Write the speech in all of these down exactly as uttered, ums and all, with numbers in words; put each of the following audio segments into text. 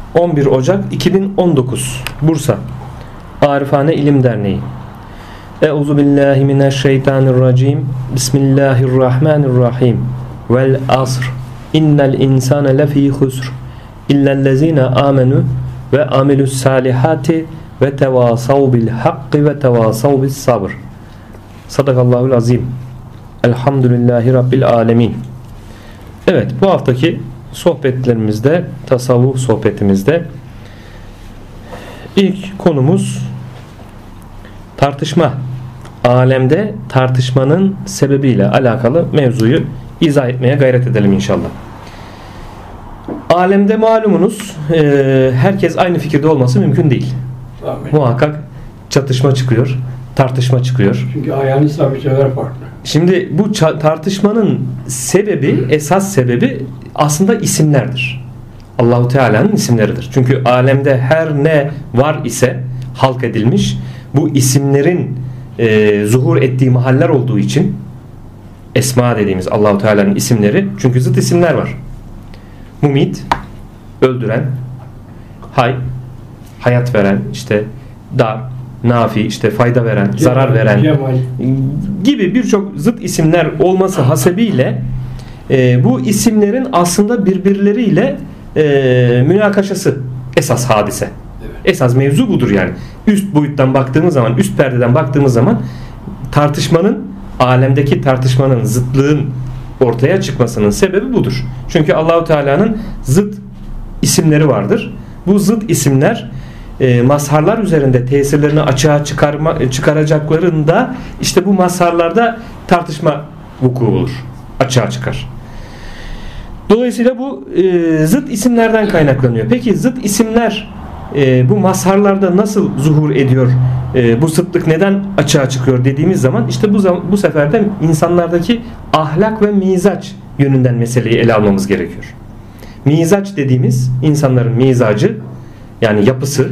on bir Ocak iki bin on dokuz Bursa Arifane İlim Derneği. Euzu billahi mineşşeytanirracim. Bismillahirrahmanirrahim. Vel asr. İnnel insane lefî husr. İllellezîne âmenû ve amilus salihati ve tevasav bil hakkı ve tevasav bis sabr. Sadakallahul azim. Elhamdülillahi Rabbil alemin. Evet, bu haftaki sohbetlerimizde, tasavvuf sohbetimizde ilk konumuz tartışma. Alemde tartışmanın sebebiyle alakalı mevzuyu izah etmeye gayret edelim inşallah. Alemde malumunuz e, herkes aynı fikirde olması mümkün değil. Amin. Muhakkak çatışma çıkıyor, tartışma çıkıyor. Çünkü ayağını sabitçeler farklı. Şimdi bu tartışmanın sebebi, esas sebebi aslında isimlerdir. Allahu Teala'nın isimleridir. Çünkü alemde her ne var ise halk edilmiş, bu isimlerin e, zuhur ettiği mahaller olduğu için esma dediğimiz Allahu Teala'nın isimleri, çünkü zıt isimler var. Mumit, öldüren, hay, hayat veren, işte dar, nafi, işte fayda veren, Cemal, zarar veren Cemal gibi birçok zıt isimler olması hasebiyle e, bu isimlerin aslında birbirleriyle e, münakaşası esas hadise. Evet. Esas mevzu budur yani. Üst boyuttan baktığımız zaman, üst perdeden baktığımız zaman tartışmanın, alemdeki tartışmanın, zıtlığın ortaya çıkmasının sebebi budur. Çünkü Allahu Teala'nın zıt isimleri vardır. Bu zıt isimler e, mazharlar üzerinde tesirlerini açığa çıkarma, çıkaracaklarında işte bu mazharlarda tartışma vuku olur. Açığa çıkar. Dolayısıyla bu e, zıt isimlerden kaynaklanıyor. Peki zıt isimler e, bu mazharlarda nasıl zuhur ediyor? E, bu zıtlık neden açığa çıkıyor dediğimiz zaman işte bu, bu sefer de insanlardaki ahlak ve mizaç yönünden meseleyi ele almamız gerekiyor. Mizaç dediğimiz insanların mizacı, yani yapısı,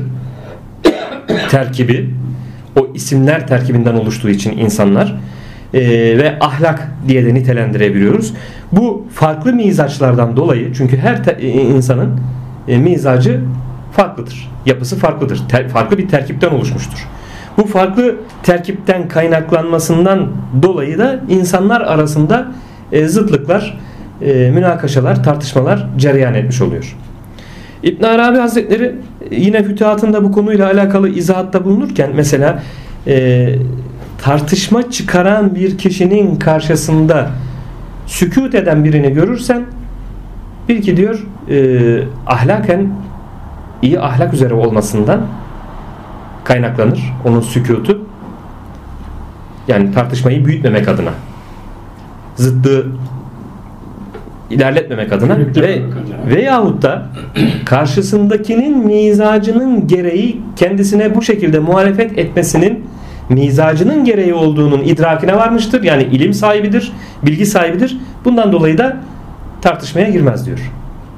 terkibi, o isimler terkibinden oluştuğu için insanlar e, ve ahlak diye de nitelendirebiliyoruz. Bu farklı mizaçlardan dolayı, çünkü her te, e, insanın e, mizacı farklıdır. Yapısı farklıdır. Ter, farklı bir terkipten oluşmuştur. Bu farklı terkipten kaynaklanmasından dolayı da insanlar arasında e, zıtlıklar, e, münakaşalar, tartışmalar cereyan etmiş oluyor. İbn Arabi Hazretleri yine fütuhatında bu konuyla alakalı izahatta bulunurken mesela e, tartışma çıkaran bir kişinin karşısında sükût eden birini görürsen bil ki diyor e, ahlaken iyi ahlak üzere olmasından kaynaklanır onun sükûtu, yani tartışmayı büyütmemek adına, zıtlığı ilerletmemek adına ve veyahut da karşısındakinin mizacının gereği kendisine bu şekilde muhalefet etmesinin mizacının gereği olduğunun idrakine varmıştır. Yani ilim sahibidir, bilgi sahibidir. Bundan dolayı da tartışmaya girmez diyor.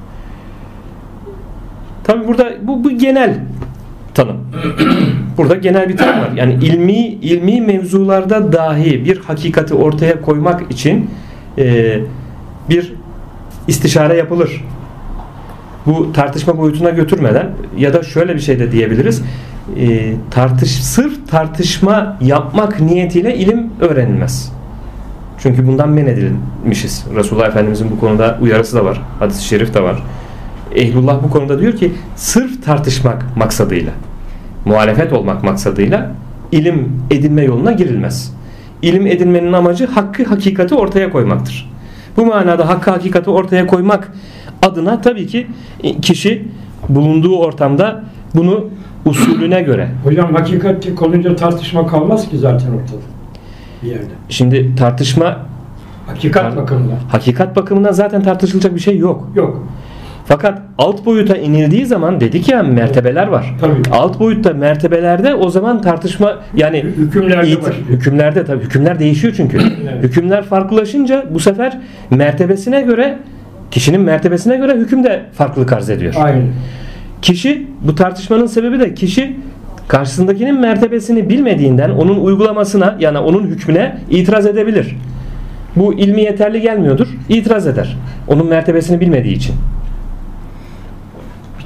Tabi burada bu, bu genel tanım. Burada genel bir tanım var. Yani ilmi ilmi mevzularda dahi bir hakikati ortaya koymak için e, bir istişare yapılır. Bu tartışma boyutuna götürmeden, ya da şöyle bir şey de diyebiliriz. E, tartış, sırf tartışma yapmak niyetiyle ilim öğrenilmez. Çünkü bundan men edilmişiz. Resulullah Efendimizin bu konuda uyarısı da var. Hadis-i şerif de var. Ehlullah bu konuda diyor ki sırf tartışmak maksadıyla, muhalefet olmak maksadıyla ilim edinme yoluna girilmez. İlim edinmenin amacı hakkı, hakikati ortaya koymaktır. Bu manada hakkı, hakikati ortaya koymak adına tabii ki kişi bulunduğu ortamda bunu usulüne göre. Hocam hakikati konunca tartışma kalmaz ki zaten ortada bir yerde. Şimdi tartışma hakikat tar- bakımından. Hakikat bakımından zaten tartışılacak bir şey yok. Yok. Fakat alt boyuta inildiği zaman dedik ya mertebeler var. Tabii. Alt boyutta mertebelerde o zaman tartışma, yani Hükümlerde it- başlıyor. hükümlerde tabii hükümler değişiyor çünkü. Evet. Hükümler farklılaşınca bu sefer mertebesine göre, kişinin mertebesine göre hüküm de farklılık arz ediyor. Aynen. Kişi, bu tartışmanın sebebi de kişi karşısındakinin mertebesini bilmediğinden onun uygulamasına, yani onun hükmüne itiraz edebilir. Bu ilmi yeterli gelmiyordur, itiraz eder. Onun mertebesini bilmediği için.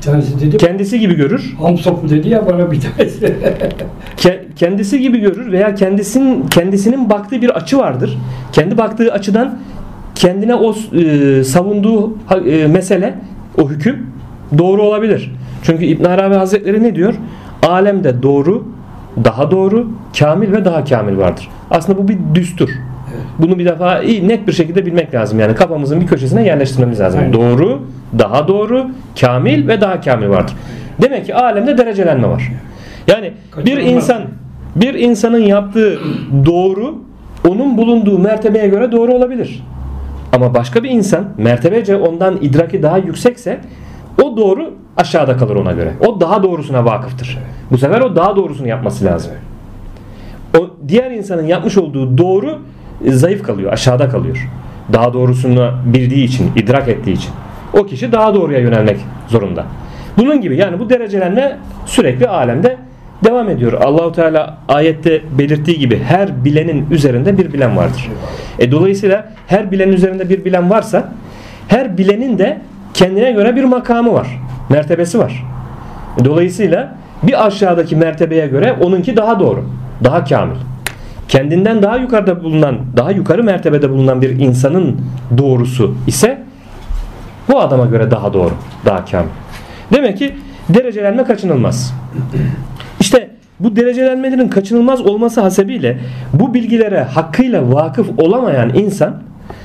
tanesi dedi. Kendisi gibi görür. Ham sopu dedi ya bana bir tanesi. Kendisi gibi görür veya kendisinin kendisinin baktığı bir açı vardır. Kendi baktığı açıdan kendine o e, savunduğu e, mesele, o hüküm doğru olabilir. Çünkü İbn Arabi Hazretleri ne diyor? Alemde doğru, daha doğru, kamil ve daha kamil vardır. Aslında bu bir düstur. Evet. Bunu bir defa iyi, net bir şekilde bilmek lazım. Yani kafamızın bir köşesine yerleştirmemiz lazım. Evet. Doğru, daha doğru, kamil ve daha kamil vardır. Evet. Demek ki alemde derecelenme var. Yani bir insan bir insanın yaptığı doğru onun bulunduğu mertebeye göre doğru olabilir. Ama başka bir insan mertebece ondan idraki daha yüksekse o doğru aşağıda kalır ona göre. O daha doğrusuna vakıftır. Bu sefer o daha doğrusunu yapması lazım. O diğer insanın yapmış olduğu doğru zayıf kalıyor, aşağıda kalıyor. Daha doğrusunu bildiği için, idrak ettiği için. O kişi daha doğruya yönelmek zorunda. Bunun gibi yani bu derecelenme sürekli alemde devam ediyor. Allahu Teala ayette belirttiği gibi her bilenin üzerinde bir bilen vardır. E, dolayısıyla her bilenin üzerinde bir bilen varsa her bilenin de kendine göre bir makamı var. Mertebesi var. E, dolayısıyla bir aşağıdaki mertebeye göre onunki daha doğru. Daha kamil. Kendinden daha yukarıda bulunan, daha yukarı mertebede bulunan bir insanın doğrusu ise bu adama göre daha doğru. Daha kamil. Demek ki derecelenme kaçınılmaz. İşte bu derecelenmelerin kaçınılmaz olması hasebiyle bu bilgilere hakkıyla vakıf olamayan insan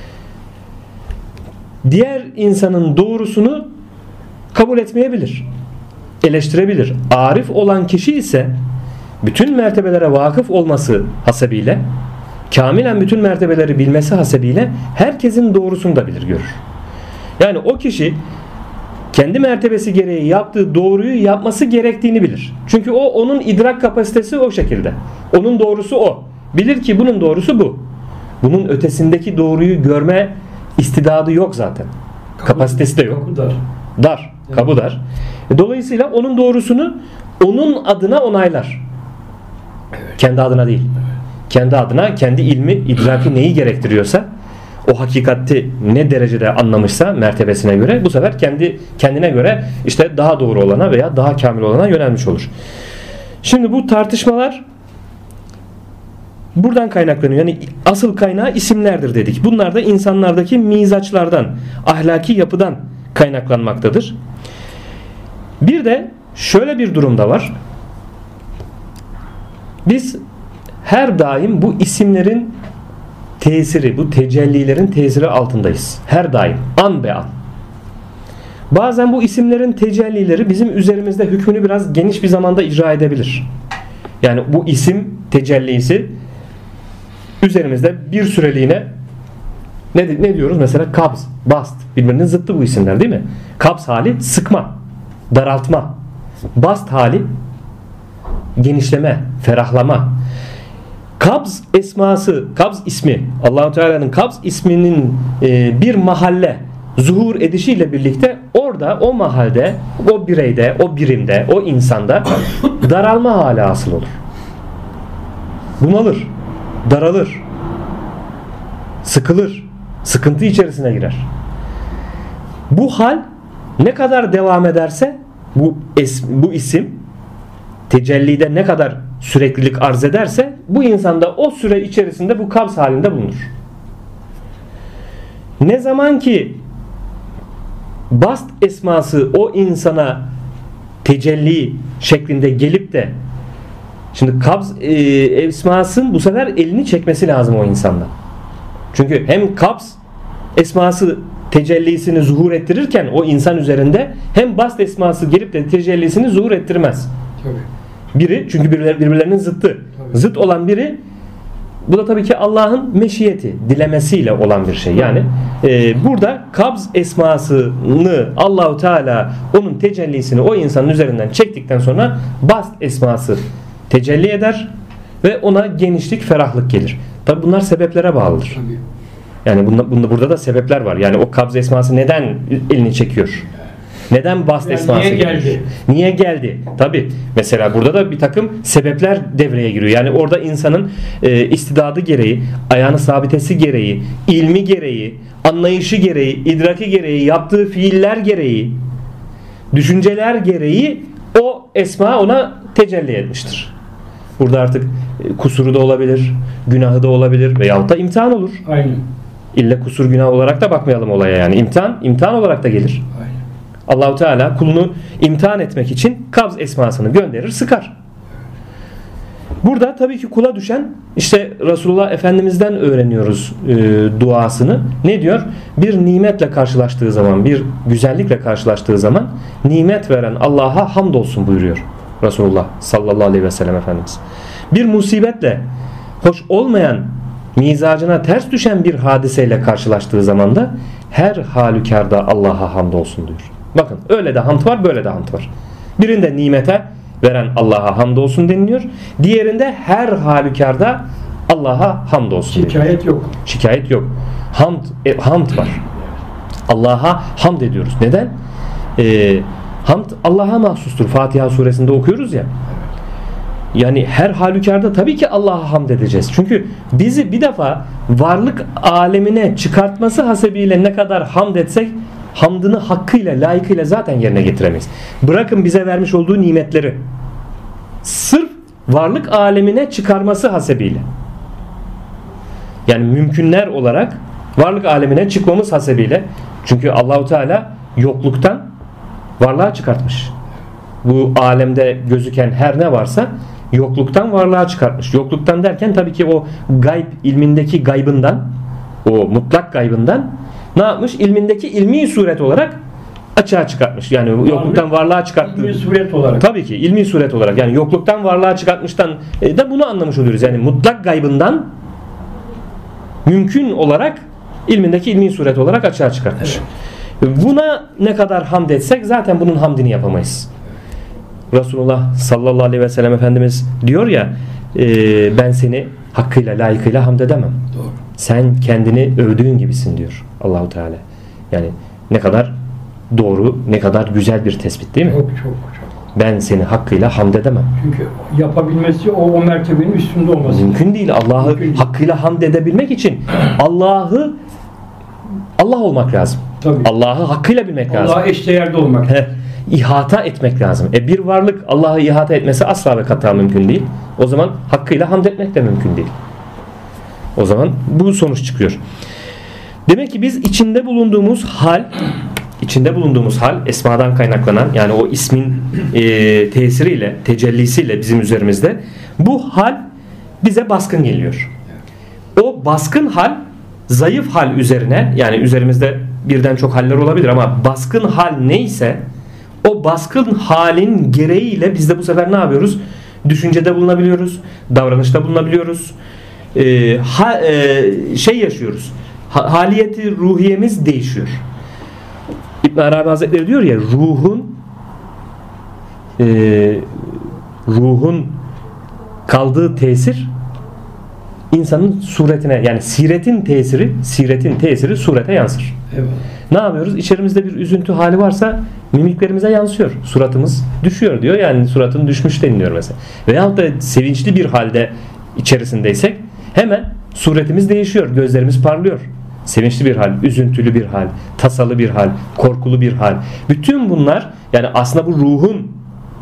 diğer insanın doğrusunu kabul etmeyebilir. Eleştirebilir. Arif olan kişi ise bütün mertebelere vakıf olması hasebiyle, kamilen bütün mertebeleri bilmesi hasebiyle herkesin doğrusunu da bilir, görür. Yani o kişi kendi mertebesi gereği yaptığı doğruyu yapması gerektiğini bilir. Çünkü o onun idrak kapasitesi o şekilde. Onun doğrusu o. Bilir ki bunun doğrusu bu. Bunun ötesindeki doğruyu görme istidadı yok zaten. Kapı, kapasitesi de yok. Kapı dar. Dar. Evet. Kapı dar. Dolayısıyla onun doğrusunu onun adına onaylar. Evet. Kendi adına değil. Evet. Kendi adına, kendi ilmi, idraki neyi gerektiriyorsa, o hakikati ne derecede anlamışsa mertebesine göre bu sefer kendi kendine göre işte daha doğru olana veya daha kamil olana yönelmiş olur. Şimdi bu tartışmalar buradan kaynaklanıyor. Yani asıl kaynağı isimlerdir dedik. Bunlar da insanlardaki mizaçlardan, ahlaki yapıdan kaynaklanmaktadır. Bir de şöyle bir durumda var. Biz her daim bu isimlerin tesiri, bu tecellilerin tesiri altındayız. Her daim. An be an. Bazen bu isimlerin tecellileri bizim üzerimizde hükmünü biraz geniş bir zamanda icra edebilir. Yani bu isim tecellisi üzerimizde bir süreliğine ne, ne diyoruz? Mesela kabz, bast. Birbirinin zıttı bu isimler değil mi? Kabz hali sıkma, daraltma. Bast hali genişleme, ferahlama. Kabz esması, kabz ismi, Allah-u Teala'nın kabz isminin e, bir mahalle zuhur edişiyle birlikte orada o mahalde, o bireyde, o birimde, o insanda daralma hali hasıl olur. Bunalır, daralır, sıkılır, sıkıntı içerisine girer. Bu hal ne kadar devam ederse bu, es, bu isim tecellide ne kadar süreklilik arz ederse bu insanda o süre içerisinde bu kabz halinde bulunur. Ne zaman ki bast esması o insana tecelli şeklinde gelip de şimdi kabz e, esmasın bu sefer elini çekmesi lazım o insanda. Çünkü hem kabz esması tecellisini zuhur ettirirken o insan üzerinde hem bast esması gelip de tecellisini zuhur ettirmez. Tabii. Biri çünkü birbirlerinin zıttı. Tabii. Zıt olan biri bu da tabii ki Allah'ın meşiyeti, dilemesiyle olan bir şey. Yani e, burada kabz esmasını Allahu Teala onun tecellisini o insanın üzerinden çektikten sonra bast esması tecelli eder ve ona genişlik, ferahlık gelir. Tabii bunlar sebeplere bağlıdır. Tabii. Yani bunda, bunda burada da sebepler var. Yani o kabz esması neden elini çekiyor? Neden bast yani esması niye geldi? Gelir? Niye geldi? Tabi mesela burada da bir takım sebepler devreye giriyor. Yani orada insanın e, istidadı gereği, ayağını sabitesi gereği, ilmi gereği, anlayışı gereği, idraki gereği, yaptığı fiiller gereği düşünceler gereği o esma ona tecelli etmiştir. Burada artık kusuru da olabilir, günahı da olabilir veyahut da imtihan olur. Aynen. İlle kusur günah olarak da bakmayalım olaya yani. İmtihan, imtihan olarak da gelir. Aynen. Allah-u Teala kulunu imtihan etmek için kabz esmasını gönderir, sıkar. Burada tabii ki kula düşen, işte Resulullah Efendimiz'den öğreniyoruz e, duasını. Ne diyor? Bir nimetle karşılaştığı zaman, bir güzellikle karşılaştığı zaman nimet veren Allah'a hamdolsun buyuruyor Resulullah sallallahu aleyhi ve sellem Efendimiz. Bir musibetle, hoş olmayan, mizacına ters düşen bir hadiseyle karşılaştığı zaman da her halükarda Allah'a hamdolsun diyor. Bakın, öyle de hamd var, böyle de hamd var. Birinde nimete veren Allah'a hamdolsun deniliyor. Diğerinde her halükarda Allah'a hamdolsun deniliyor. Şikayet yok. Şikayet yok. Hamd, e, hamd var. Allah'a hamd ediyoruz. Neden? Ee, hamd Allah'a mahsustur. Fatiha suresinde okuyoruz ya. Yani her halükarda tabii ki Allah'a hamd edeceğiz. Çünkü bizi bir defa varlık alemine çıkartması hasebiyle ne kadar hamd etsek hamdını hakkıyla, layıkıyla zaten yerine getiremeyiz. Bırakın bize vermiş olduğu nimetleri. Sırf varlık alemine çıkarması hasebiyle. Yani mümkünler olarak varlık alemine çıkmamız hasebiyle. Çünkü Allahu Teala yokluktan varlığa çıkartmış. Bu alemde gözüken her ne varsa yokluktan varlığa çıkartmış. Yokluktan derken tabii ki o gayb ilmindeki gaybından, o mutlak gaybından ne yapmış? İlmindeki ilmi suret olarak açığa çıkartmış. Yani varlık, yokluktan varlığa çıkarttı. İlmi suret olarak. Tabii ki ilmi suret olarak. Yani yokluktan varlığa çıkartmıştan e, da bunu anlamış oluyoruz. Yani mutlak gaybından mümkün olarak ilmindeki ilmi suret olarak açığa çıkartmış. Evet. Buna ne kadar hamd etsek zaten bunun hamdini yapamayız. Resulullah sallallahu aleyhi ve sellem Efendimiz diyor ya, e, ben seni hakkıyla, layıkıyla hamd edemem. Doğru. Sen kendini övdüğün gibisin diyor Allahu Teala. Yani ne kadar doğru, ne kadar güzel bir tespit değil mi? Çok çok çok. Ben seni hakkıyla hamd edemem. Çünkü yapabilmesi o, o mertebenin üstünde olması. Mümkün değil. Allah'ı hakkıyla hamd edebilmek için Allah'ı Allah olmak lazım. Tabii. Allah'ı hakkıyla bilmek lazım. Allah'a eşdeğerde olmak. He, ihata etmek lazım. E bir varlık Allah'ı ihata etmesi asla ve kata mümkün değil. O zaman hakkıyla hamd etmek de mümkün değil. O zaman bu sonuç çıkıyor. Demek ki biz içinde bulunduğumuz hal, içinde bulunduğumuz hal esmadan kaynaklanan, yani o ismin e, tesiriyle, tecellisiyle bizim üzerimizde, bu hal bize baskın geliyor. O baskın hal zayıf hal üzerine, yani üzerimizde birden çok haller olabilir ama baskın hal neyse o baskın halin gereğiyle biz de bu sefer ne yapıyoruz? Düşüncede bulunabiliyoruz, davranışta bulunabiliyoruz, e, ha, e, şey yaşıyoruz. Ha, haliyeti ruhiyemiz değişiyor. İbn Arabi Hazretleri diyor ya, ruhun e, ruhun kaldığı tesir insanın suretine, yani siretin tesiri siretin tesiri surete yansır. Evet. Ne yapıyoruz? İçerimizde bir üzüntü hali varsa mimiklerimize yansıyor. Suratımız düşüyor diyor. Yani suratın düşmüş deniliyor mesela. Veyahut da sevinçli bir halde içerisindeysek hemen suretimiz değişiyor. Gözlerimiz parlıyor. Sevinçli bir hal, üzüntülü bir hal, tasalı bir hal, korkulu bir hal. Bütün bunlar, yani aslında bu ruhun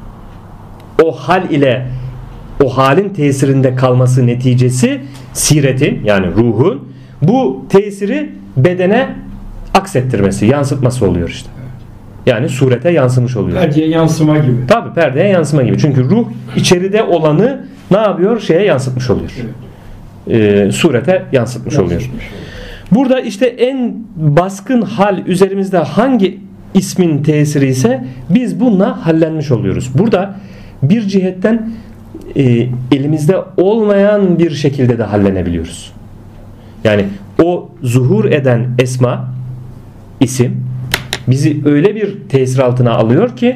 o hal ile o halin tesirinde kalması neticesi siretin, yani ruhun bu tesiri bedene aksettirmesi, yansıtması oluyor işte. Yani surete yansımış oluyor. Perdeye yansıma gibi. Tabii, perdeye yansıma gibi. Çünkü ruh içeride olanı ne yapıyor? Şeye yansıtmış oluyor. Evet. Ee, surete yansıtmış, yansıtmış oluyor. oluyor. Burada işte en baskın hal üzerimizde hangi ismin tesiri ise biz bununla hallenmiş oluyoruz. Burada bir cihetten e, elimizde olmayan bir şekilde de hallenebiliyoruz. Yani o zuhur eden esma, isim bizi öyle bir tesir altına alıyor ki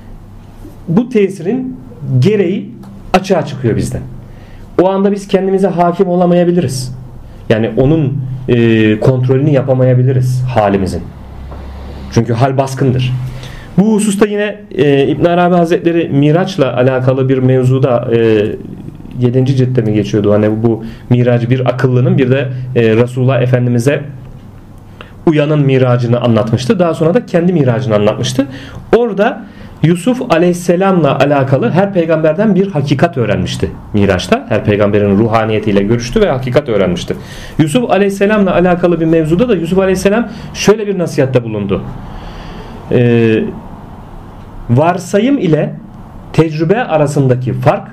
bu tesirin gereği açığa çıkıyor bizden. O anda biz kendimize hakim olamayabiliriz. Yani onun e, kontrolünü yapamayabiliriz halimizin. Çünkü hal baskındır. Bu hususta yine e, İbn Arabi Hazretleri Miraç'la alakalı bir mevzuda e, yedinci ciltte mi geçiyordu? Hani bu miracı bir akıllının bir de e, Resulullah Efendimiz'e uyanın miracını anlatmıştı. Daha sonra da kendi miracını anlatmıştı. Orada Yusuf Aleyhisselam'la alakalı her peygamberden bir hakikat öğrenmişti Miraç'ta. Her peygamberin ruhaniyetiyle görüştü ve hakikat öğrenmişti. Yusuf Aleyhisselam'la alakalı bir mevzuda da Yusuf Aleyhisselam şöyle bir nasihatte bulundu. Ee, varsayım ile tecrübe arasındaki fark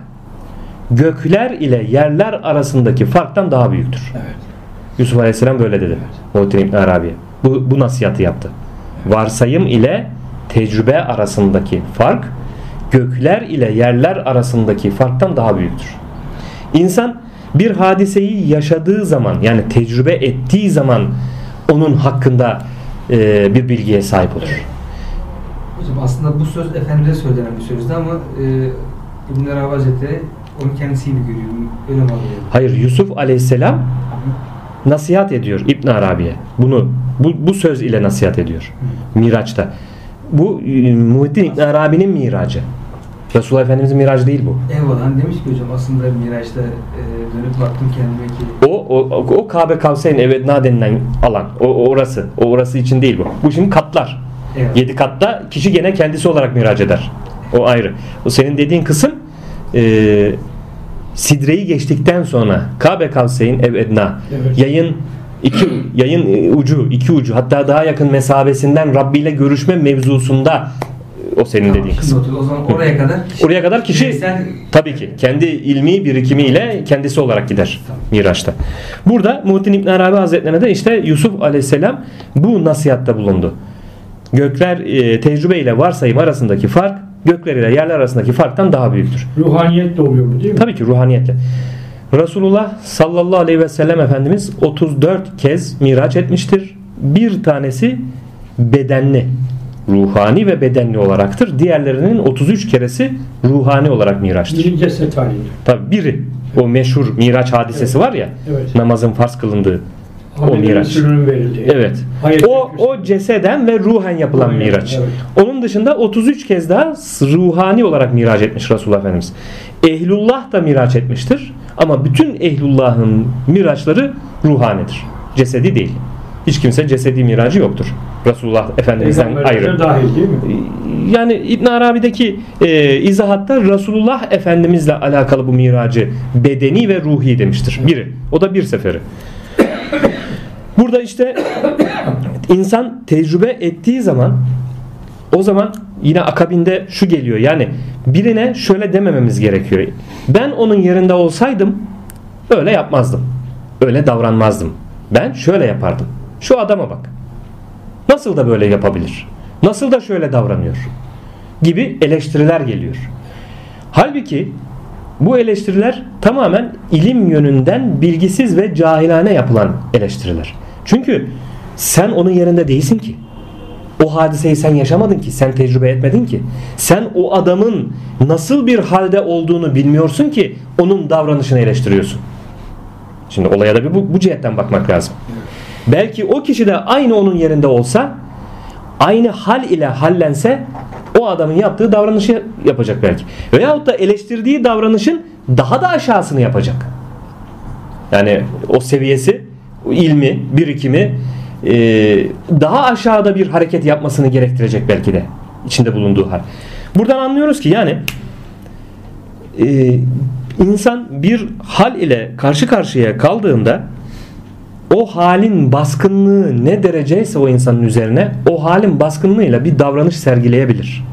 gökler ile yerler arasındaki farktan daha büyüktür. Evet. Yusuf Aleyhisselam böyle dedi. Muhittin İbn Arabi'ye. Bu, bu nasihatı yaptı. Varsayım ile tecrübe arasındaki fark gökler ile yerler arasındaki farktan daha büyüktür. İnsan bir hadiseyi yaşadığı zaman, yani tecrübe ettiği zaman onun hakkında e, bir bilgiye sahip olur. Hocam aslında bu söz Efendimiz'e söylenen bir sözdü ama e, İbn Arabi Hazretleri onu kendisi gibi görüyor. Öyle mi anlıyor? Hayır, Yusuf Aleyhisselam nasihat ediyor İbn Arabi'ye. Bunu bu, bu söz ile nasihat ediyor. Miraç'ta. Bu e, Muhittin İbn Arabi'nin miracı. Resulullah Efendimiz'in miracı değil bu. Eyvallah. Hani demiş ki hocam aslında Miraç'ta e, dönüp baktım kendime ki O o o Kabe Kavseyn Evedna denilen alan. O, o orası. O orası için değil bu. Bu şimdi katlar. Eyvallah. Yedi katta kişi gene kendisi olarak miraç eder. O ayrı. O senin dediğin kısım e, Sidre'yi geçtikten sonra Kabe Kavseyn Evedna, Evet. yayın iki yayın ucu, iki ucu, hatta daha yakın mesabesinden Rabbi ile görüşme mevzusunda o senin Tamam, dediğin şimdi kısım. otur. O zaman oraya kadar kişi, Oraya kadar kişi bireysel- tabii ki kendi ilmi birikimiyle kendisi olarak gider Miraç'ta. Burada Muhittin İbn Arabi Hazretlerine de işte Yusuf Aleyhisselam bu nasihatta bulundu. Gökler e, tecrübe ile varsayım arasındaki fark gökler ile yerler arasındaki farktan daha büyüktür. Ruhaniyet de oluyor bu değil mi? Tabii ki ruhaniyetle. Resulullah sallallahu aleyhi ve sellem Efendimiz otuz dört kez miraç etmiştir. Bir tanesi bedenli, ruhani ve bedenli olaraktır. Diğerlerinin otuz üç keresi ruhani olarak miraçtır. Biri ceset halinde. Tabii biri o meşhur miraç hadisesi var ya, Evet. namazın farz kılındığı o Adem miraç. Resulü'nün verildiği. Evet. Hayat O köşesi. o ceseden ve ruhen yapılan Ruhen, miraç. evet. Onun dışında otuz üç kez daha ruhani olarak miraç etmiş Resulullah Efendimiz. Ehlullah da miraç etmiştir. Ama bütün ehlullahın miraçları ruhanidir. Cesedi değil. Hiç kimse cesedi miracı yoktur. Resulullah Efendimiz'den Peygamberler ayrı. de dahil değil mi? Yani İbn Arabi'deki e, izahatta Resulullah Efendimizle alakalı bu miracı bedeni ve ruhi demiştir. Biri. O da bir seferi. Burada işte insan tecrübe ettiği zaman o zaman yine akabinde şu geliyor. Yani birine şöyle demememiz gerekiyor. Ben onun yerinde olsaydım öyle yapmazdım. Öyle davranmazdım. Ben şöyle yapardım. Şu adama bak. Nasıl da böyle yapabilir? Nasıl da şöyle davranıyor? Gibi eleştiriler geliyor. Halbuki bu eleştiriler tamamen ilim yönünden bilgisiz ve cahilane yapılan eleştiriler. Çünkü sen onun yerinde değilsin ki. O hadiseyi sen yaşamadın ki, sen tecrübe etmedin ki. Sen o adamın nasıl bir halde olduğunu bilmiyorsun ki onun davranışını eleştiriyorsun. Şimdi olaya da bir bu, bu cihetten bakmak lazım. Belki o kişi de aynı onun yerinde olsa, aynı hal ile hallense o adamın yaptığı davranışı yapacak belki. Veyahut da eleştirdiği davranışın daha da aşağısını yapacak. Yani o seviyesi, o ilmi, birikimi e, daha aşağıda bir hareket yapmasını gerektirecek belki de içinde bulunduğu hal. Buradan anlıyoruz ki yani e, insan bir hal ile karşı karşıya kaldığında o halin baskınlığı ne dereceyse o insanın üzerine o halin baskınlığıyla bir davranış sergileyebilir.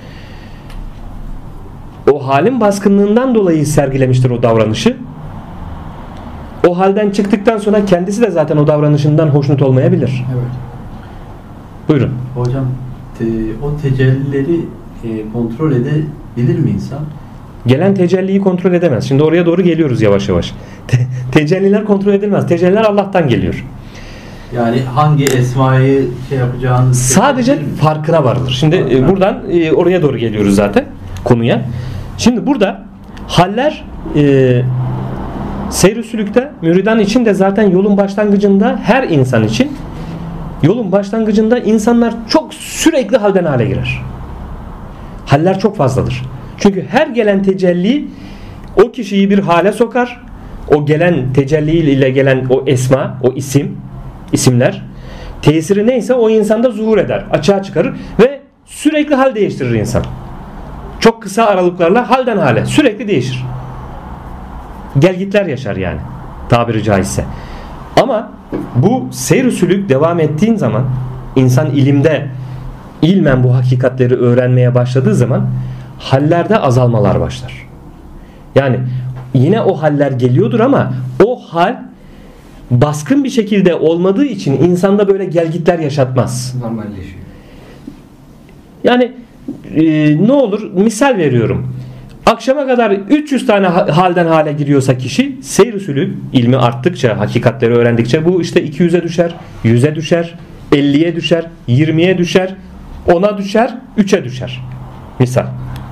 O halin baskınlığından dolayı sergilemiştir o davranışı. O halden çıktıktan sonra kendisi de zaten o davranışından hoşnut olmayabilir. Evet. Buyurun. Hocam te, o tecellileri e, kontrol edebilir mi insan? Gelen tecelliyi kontrol edemez. Şimdi oraya doğru geliyoruz yavaş yavaş. Te- tecelliler kontrol edilmez. Tecelliler Allah'tan geliyor. Yani hangi esmayı şey yapacağını Sadece farkına varılır. Şimdi e, buradan e, oraya doğru geliyoruz zaten konuya. Şimdi burada haller e, seyr-i sülükte müridan için de zaten yolun başlangıcında her insan için yolun başlangıcında insanlar çok sürekli halden hale girer. Haller çok fazladır. Çünkü her gelen tecelli o kişiyi bir hale sokar. O gelen tecelli ile gelen o esma, o isim, isimler tesiri neyse o insanda zuhur eder, açığa çıkarır ve sürekli hal değiştirir insan. Çok kısa aralıklarla halden hale sürekli değişir. Gelgitler yaşar yani, tabiri caizse. Ama bu seyr-i sülük devam ettiğin zaman, insan ilimde ilmen bu hakikatleri öğrenmeye başladığı zaman hallerde azalmalar başlar. Yani yine o haller geliyordur ama o hal baskın bir şekilde olmadığı için insanda böyle gelgitler yaşatmaz. Normalleşiyor. Yani e, ne olur, misal veriyorum. Akşama kadar üç yüz tane halden hale giriyorsa kişi, seyr-i sülük ilmi arttıkça, hakikatleri öğrendikçe bu işte iki yüze düşer, yüze düşer, elliye düşer, yirmiye düşer, ona düşer, üçe düşer. Misal.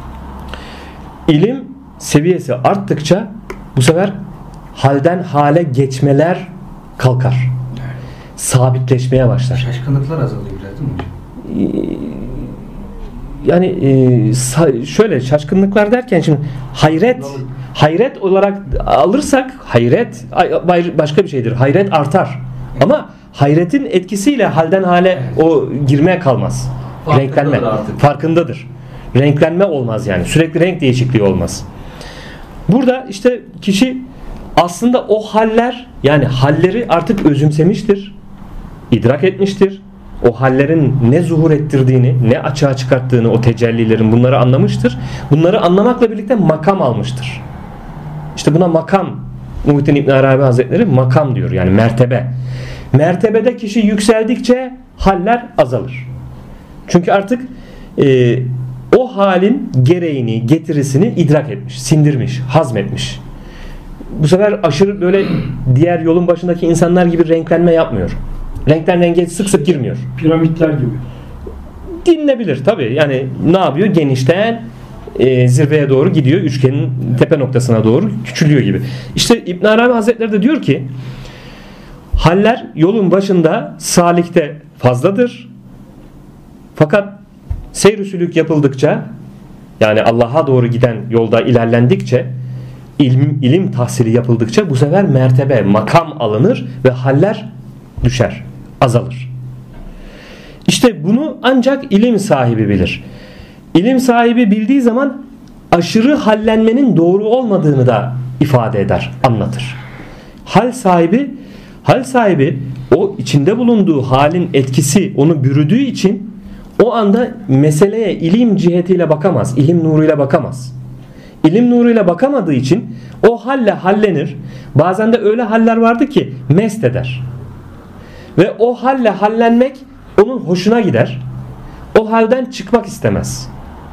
İlim seviyesi arttıkça bu sefer halden hale geçmeler kalkar. Sabitleşmeye başlar. Şaşkınlıklar azalıyor biraz değil mi hocam? Yani e, şöyle şaşkınlıklar derken şimdi hayret hayret olarak alırsak, hayret başka bir şeydir. Hayret artar. Evet. Ama hayretin etkisiyle halden hale evet. o girmeye kalmaz. Renklenme artık. Farkındadır. Renklenme olmaz yani. Sürekli renk değişikliği olmaz. Burada işte kişi aslında o haller, yani halleri artık özümsemiştir. İdrak etmiştir. O hallerin ne zuhur ettirdiğini, ne açığa çıkarttığını, o tecellilerin, bunları anlamıştır. Bunları anlamakla birlikte makam almıştır. İşte buna makam, Muhittin İbn Arabi Hazretleri makam diyor, yani mertebe. Mertebede kişi yükseldikçe haller azalır. Çünkü artık e, o halin gereğini, getirisini idrak etmiş, sindirmiş, hazmetmiş. Bu sefer aşırı böyle diğer yolun başındaki insanlar gibi renklenme yapmıyor. Renkten renge sık sık girmiyor. Piramitler gibi. Dinlebilir tabii. Yani ne yapıyor? Genişten e, zirveye doğru gidiyor. Üçgenin tepe noktasına doğru küçülüyor gibi. İşte İbn Arabi Hazretleri de diyor ki haller yolun başında salikte fazladır. Fakat seyr-i sülük yapıldıkça, yani Allah'a doğru giden yolda ilerlendikçe, ilim, ilim tahsili yapıldıkça bu sefer mertebe, makam alınır ve haller düşer, azalır. İşte bunu ancak ilim sahibi bilir. İlim sahibi bildiği zaman aşırı hallenmenin doğru olmadığını da ifade eder, anlatır. Hal sahibi, hal sahibi o içinde bulunduğu halin etkisi onu bürüdüğü için o anda meseleye ilim cihetiyle bakamaz, ilim nuruyla bakamaz. İlim nuruyla bakamadığı için o halle hallenir. Bazen de öyle haller vardı ki mest eder. Ve o halle hallenmek onun hoşuna gider. O halden çıkmak istemez.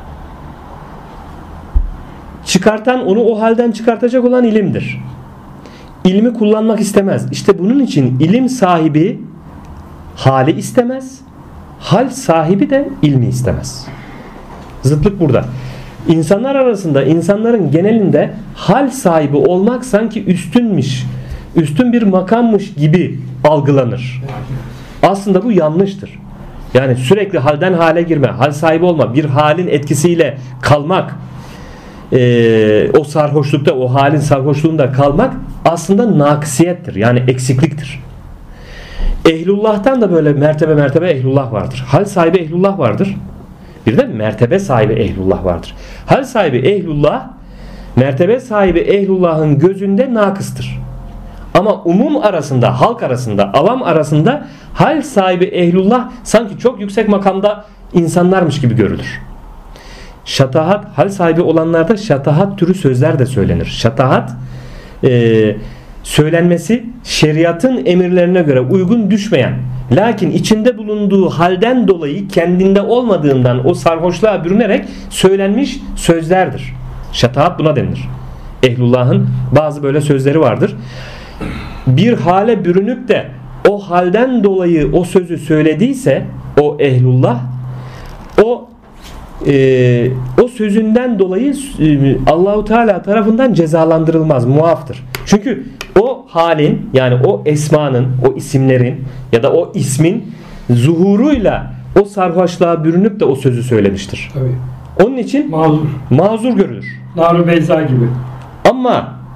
Çıkartan, onu o halden çıkartacak olan ilimdir. İlmi kullanmak istemez. İşte bunun için ilim sahibi hali istemez. Hal sahibi de ilmi istemez. Zıtlık burada. İnsanlar arasında, insanların genelinde hal sahibi olmak sanki üstünmüş, üstün bir makammış gibi algılanır. Aslında bu yanlıştır. Yani sürekli halden hale girme, hal sahibi olma, bir halin etkisiyle kalmak, e, o sarhoşlukta, o halin sarhoşluğunda kalmak aslında nakisiyettir. Yani eksikliktir. Ehlullah'tan da böyle mertebe mertebe ehlullah vardır. Hal sahibi ehlullah vardır. Bir de mertebe sahibi ehlullah vardır. Hal sahibi ehlullah, mertebe sahibi ehlullah'ın gözünde nakıstır. Ama umum arasında, halk arasında, avam arasında hal sahibi ehlullah sanki çok yüksek makamda insanlarmış gibi görülür. Şatahat, hal sahibi olanlarda şatahat türü sözler de söylenir. Şatahat e, söylenmesi şeriatın emirlerine göre uygun düşmeyen, lakin içinde bulunduğu halden dolayı kendinde olmadığından o sarhoşluğa bürünerek söylenmiş sözlerdir. Şatahat buna denilir. Ehlullah'ın bazı böyle sözleri vardır. Bir hale bürünüp de o halden dolayı o sözü söylediyse o ehlullah, o e, o sözünden dolayı e, Allahu Teala tarafından cezalandırılmaz, muaftır. Çünkü o halin, yani o esmanın, o isimlerin ya da o ismin zuhuruyla o sarhoşluğa bürünüp de o sözü söylemiştir. Tabii. Onun için mazur, mazur görülür. Nar-ı Beyza gibi. Ama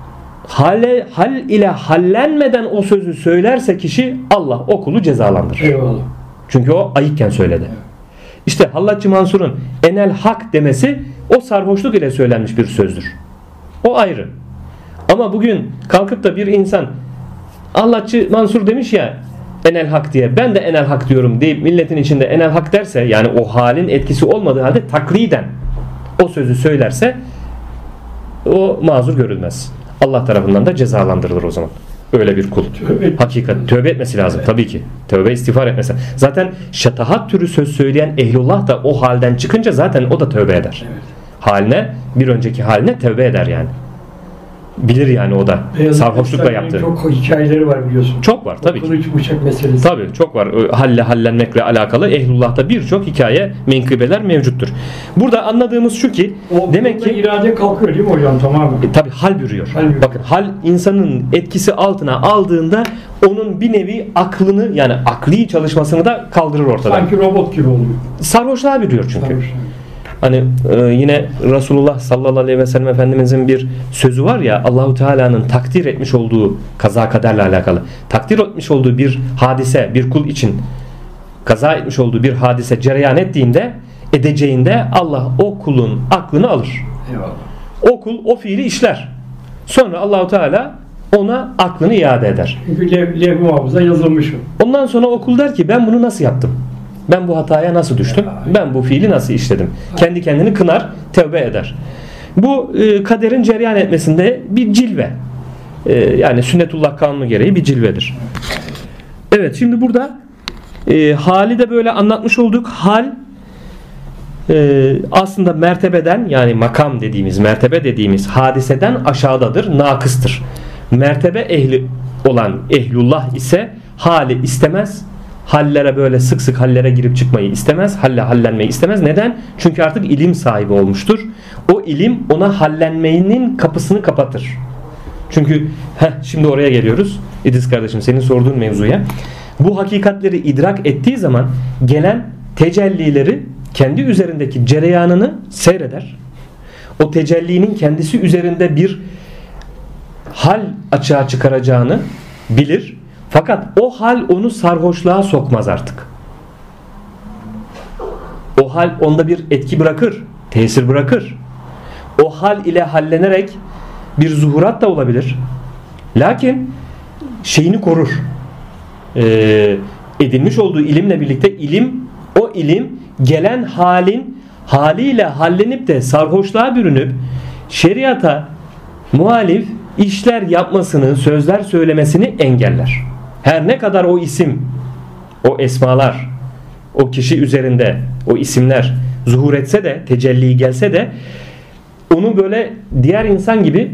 hale, hal ile hallenmeden o sözü söylerse kişi Allah o kulu cezalandırır. Eyvallah. Çünkü o ayıkken söyledi. İşte Hallatçı Mansur'un enel hak demesi o sarhoşluk ile söylenmiş bir sözdür. O ayrı. Ama bugün kalkıp da bir insan Hallatçı Mansur demiş ya enel hak diye, ben de enel hak diyorum deyip milletin içinde enel hak derse, yani o halin etkisi olmadığı halde takliden o sözü söylerse o mazur görülmez. Allah tarafından da cezalandırılır o zaman. Öyle bir kul. Tövbe. Hakikat. Tövbe etmesi lazım tabii ki. Tövbe istiğfar etmesi. Zaten şatahat türü söz söyleyen ehlullah da o halden çıkınca zaten o da tövbe eder. Evet. Haline, bir önceki haline tövbe eder yani. Bilir yani o da. Beyazıt Sarhoşlukla Bestami'nin yaptı. çok hikayeleri var biliyorsun. Çok var tabii ki. Kılıç bıçak meselesi. Tabii çok var. Halle hallenmekle alakalı ehlullah'ta birçok hikaye, menkıbeler mevcuttur. Burada anladığımız şu ki O demek ki irade kalkıyor değil mi hocam, tamamen? E, tabii hal bürüyor. Hal bürüyor. Bakın hal insanın etkisi altına aldığında onun bir nevi aklını, yani akli çalışmasını da kaldırır ortadan. Sanki robot gibi oluyor. Sarhoşluğa bürüyor çünkü. Sarhoş. Hani e, yine Resulullah sallallahu aleyhi ve sellem Efendimizin bir sözü var ya, Allahu Teala'nın takdir etmiş olduğu, kaza kaderle alakalı takdir etmiş olduğu bir hadise, bir kul için kaza etmiş olduğu bir hadise cereyan ettiğinde, edeceğinde Allah o kulun aklını alır. Eyvallah. O kul o fiili işler. Sonra Allahu Teala ona aklını iade eder. Çünkü lev, levh-i muhafıza yazılmış o. Ondan sonra o kul der ki ben bunu nasıl yaptım? Ben bu hataya nasıl düştüm? Ben bu fiili nasıl işledim? Kendi kendini kınar, tevbe eder. Bu e, kaderin cereyan etmesinde bir cilve. E, yani sünnetullah kanunu gereği bir cilvedir. Evet, şimdi burada e, hali de böyle anlatmış olduk. Hal e, aslında mertebeden, yani makam dediğimiz, mertebe dediğimiz hadiseden aşağıdadır, nakıstır. Mertebe ehli olan ehlullah ise hali istemez. Hallere böyle sık sık hallere girip çıkmayı istemez. Halle hallenmeyi istemez. Neden? Çünkü artık ilim sahibi olmuştur. O ilim ona hallenmenin kapısını kapatır. Çünkü heh, şimdi oraya geliyoruz. İdris kardeşim, senin sorduğun mevzuya. Bu hakikatleri idrak ettiği zaman gelen tecellileri kendi üzerindeki cereyanını seyreder. O tecellinin kendisi üzerinde bir hal açığa çıkaracağını bilir. Fakat o hal onu sarhoşluğa sokmaz artık. O hal onda bir etki bırakır, tesir bırakır. O hal ile hallenerek bir zuhurat da olabilir. Lakin şeyini korur. Ee, edinmiş olduğu ilimle birlikte ilim, o ilim gelen halin haliyle hallenip de sarhoşluğa bürünüp şeriata muhalif işler yapmasını, sözler söylemesini engeller. Her ne kadar o isim, o esmalar, o kişi üzerinde o isimler zuhur etse de, tecelli gelse de onu böyle diğer insan gibi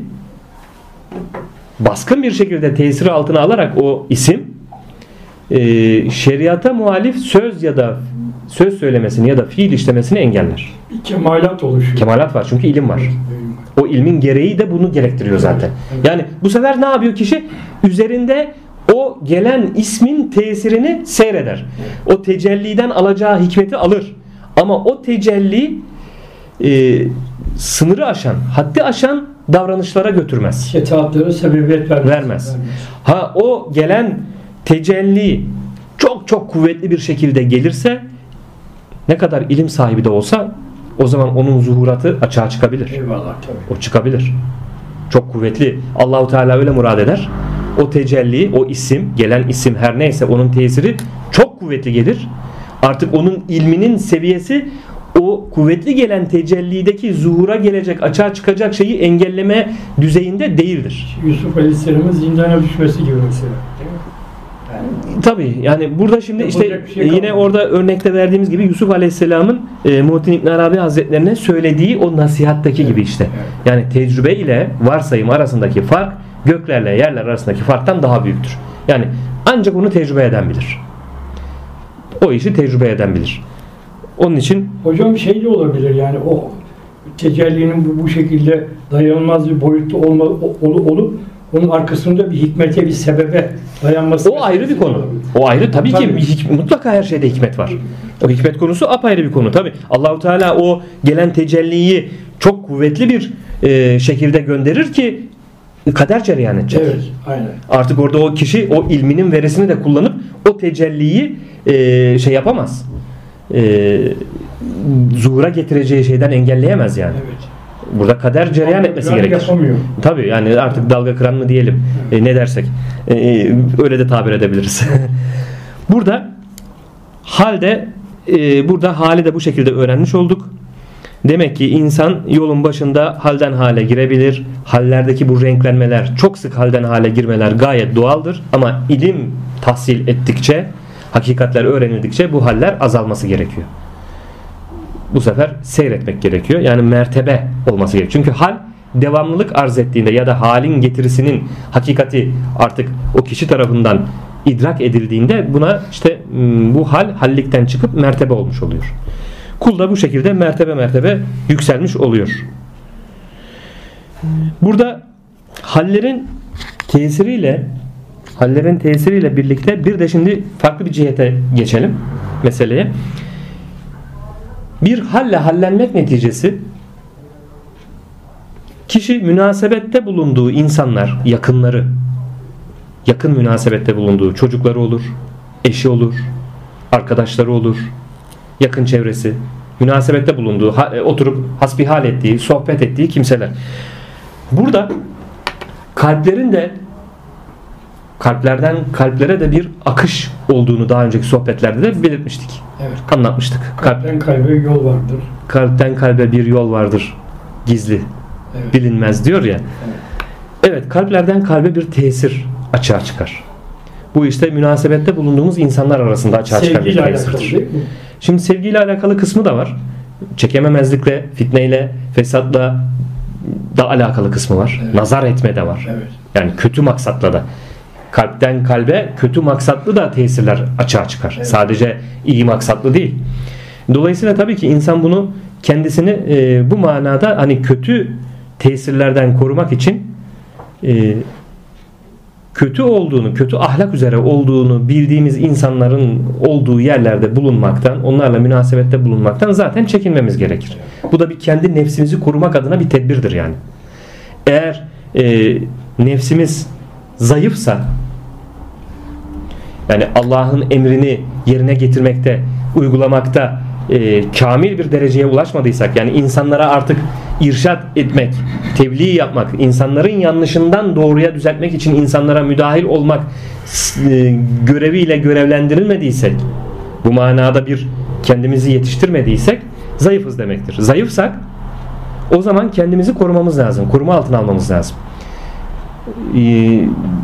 baskın bir şekilde tesiri altına alarak o isim e, şeriata muhalif söz ya da söz söylemesini ya da fiil işlemesini engeller. Bir kemalat oluşuyor. Kemalat var çünkü ilim var. O ilmin gereği de bunu gerektiriyor zaten. Yani bu sefer ne yapıyor kişi? Üzerinde o gelen ismin tesirini seyreder. O tecelliden alacağı hikmeti alır. Ama o tecelli e, sınırı aşan, haddi aşan davranışlara götürmez. Şetaatlara sebebiyet vermez. Vermez. Ha o gelen tecelli çok çok kuvvetli bir şekilde gelirse, ne kadar ilim sahibi de olsa, o zaman onun zuhuratı açığa çıkabilir. Eyvallah, tabii. O çıkabilir. Çok kuvvetli. Allahu Teala öyle murad eder. O tecelli, o isim, gelen isim her neyse onun tesiri çok kuvvetli gelir. Artık onun ilminin seviyesi o kuvvetli gelen tecellideki zuhura gelecek, açığa çıkacak şeyi engelleme düzeyinde değildir. Yusuf Aleyhisselam'ın zindana düşmesi gibi mesela. Değil mi? Yani Tabii yani burada şimdi işte yapılacak bir şey yine kalmadı. orada örnekte verdiğimiz gibi Yusuf Aleyhisselam'ın e, Muhittin İbn Arabi Hazretlerine söylediği o nasihattaki Evet, gibi işte. evet. Yani tecrübe ile varsayım arasındaki fark göklerle yerler arasındaki farktan daha büyüktür. Yani ancak onu tecrübe eden bilir. O işi tecrübe eden bilir. Onun için hocam şey de olabilir, yani o tecellinin bu, bu şekilde dayanılmaz bir boyutta olma, o- olu- olup onun arkasında bir hikmete, bir sebebe dayanması. o ayrı bir konu. O ayrı tabii, ki Tabii. bir hik- mutlaka her şeyde hikmet var. O hikmet konusu apayrı bir konu tabii. Allahu Teala o gelen tecelliyi çok kuvvetli bir e, şekilde gönderir ki kader cereyan edecek. Evet, aynen. Artık orada o kişi o ilminin verisini de kullanıp o tecelliyi e, şey yapamaz. E, zuhura getireceği şeyden engelleyemez yani. Evet. Burada kader cereyan etmesi Yani gerekir. yapamıyor. Tabii yani artık dalga kıran mı diyelim, e, ne dersek. E, öyle de tabir edebiliriz. Burada halde e, burada hali de bu şekilde öğrenmiş olduk. Demek ki insan yolun başında halden hale girebilir. Hallerdeki bu renklenmeler, çok sık halden hale girmeler gayet doğaldır. Ama ilim tahsil ettikçe, hakikatler öğrenildikçe bu haller azalması gerekiyor. Bu sefer seyretmek gerekiyor. Yani mertebe olması gerekiyor. Çünkü hal devamlılık arz ettiğinde ya da halin getirisinin hakikati artık o kişi tarafından idrak edildiğinde buna işte bu hal hallikten çıkıp mertebe olmuş oluyor. Kul da bu şekilde mertebe mertebe yükselmiş oluyor. Burada hallerin tesiriyle hallerin tesiriyle birlikte bir de şimdi farklı bir cihete geçelim meseleye. Bir halle hallenmek neticesi kişi münasebette bulunduğu insanlar, yakınları, yakın münasebette bulunduğu çocukları olur, eşi olur, arkadaşları olur, yakın çevresi, münasebette bulunduğu, oturup hasbihal ettiği, sohbet ettiği kimseler. Burada kalplerin de kalplerden kalplere de bir akış olduğunu daha önceki sohbetlerde de belirtmiştik. Evet. Anlatmıştık. Kalpten kalbe yol vardır. Kalpten kalbe bir yol vardır. Gizli. Evet. Bilinmez diyor ya. Evet. Evet, kalplerden kalbe bir tesir açığa çıkar. Bu işte münasebette bulunduğumuz insanlar arasında açığa çıkan bir Sevgiyle tesirdir. alakalı değil mi? Şimdi sevgiyle alakalı kısmı da var. Çekememezlikle, fitneyle, fesatla da alakalı kısmı var. Evet. Nazar etme de var. Evet. Yani kötü maksatla da. Kalpten kalbe kötü maksatlı da tesirler açığa çıkar. Evet. Sadece iyi maksatlı değil. Dolayısıyla tabii ki insan bunu kendisini e, bu manada hani kötü tesirlerden korumak için e, kötü olduğunu, kötü ahlak üzere olduğunu bildiğimiz insanların olduğu yerlerde bulunmaktan, onlarla münasebette bulunmaktan zaten çekinmemiz gerekir. Bu da bir kendi nefsimizi korumak adına bir tedbirdir yani. Eğer e, nefsimiz zayıfsa, yani Allah'ın emrini yerine getirmekte, uygulamakta e, kamil bir dereceye ulaşmadıysak, yani insanlara artık irşat etmek, tebliğ yapmak, insanların yanlışından doğruya düzeltmek için insanlara müdahil olmak e, göreviyle görevlendirilmediysek, bu manada bir kendimizi yetiştirmediysek zayıfız demektir. Zayıfsak o zaman kendimizi korumamız lazım, koruma altına almamız lazım. E,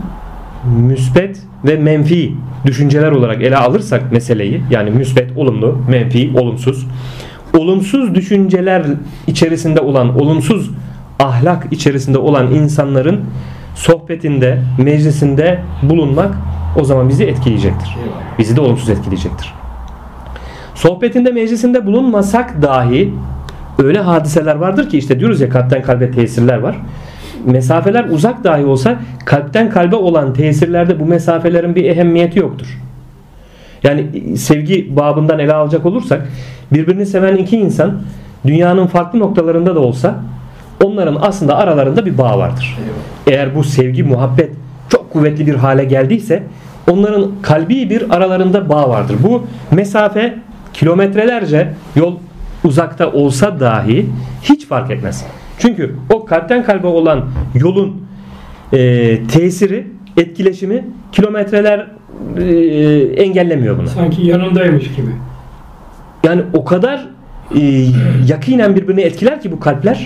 müsbet ve menfi düşünceler olarak ele alırsak meseleyi, yani müsbet olumlu, menfi olumsuz, olumsuz düşünceler içerisinde olan, olumsuz ahlak içerisinde olan insanların sohbetinde, meclisinde bulunmak o zaman bizi etkileyecektir. Bizi de olumsuz etkileyecektir. Sohbetinde, meclisinde bulunmasak dahi öyle hadiseler vardır ki, işte diyoruz ya, kalpten kalbe tesirler var. Mesafeler uzak dahi olsa kalpten kalbe olan tesirlerde bu mesafelerin bir ehemmiyeti yoktur. Yani sevgi babından ele alacak olursak, birbirini seven iki insan dünyanın farklı noktalarında da olsa onların aslında aralarında bir bağ vardır. Eğer bu sevgi, muhabbet çok kuvvetli bir hale geldiyse onların kalbi bir aralarında bağ vardır. Bu mesafe kilometrelerce yol uzakta olsa dahi hiç fark etmez. Çünkü o kalpten kalbe olan yolun e, tesiri, etkileşimi kilometreler e, engellemiyor bunu. Sanki yanındaymış gibi. Yani o kadar e, yakinen birbirini etkiler ki bu kalpler.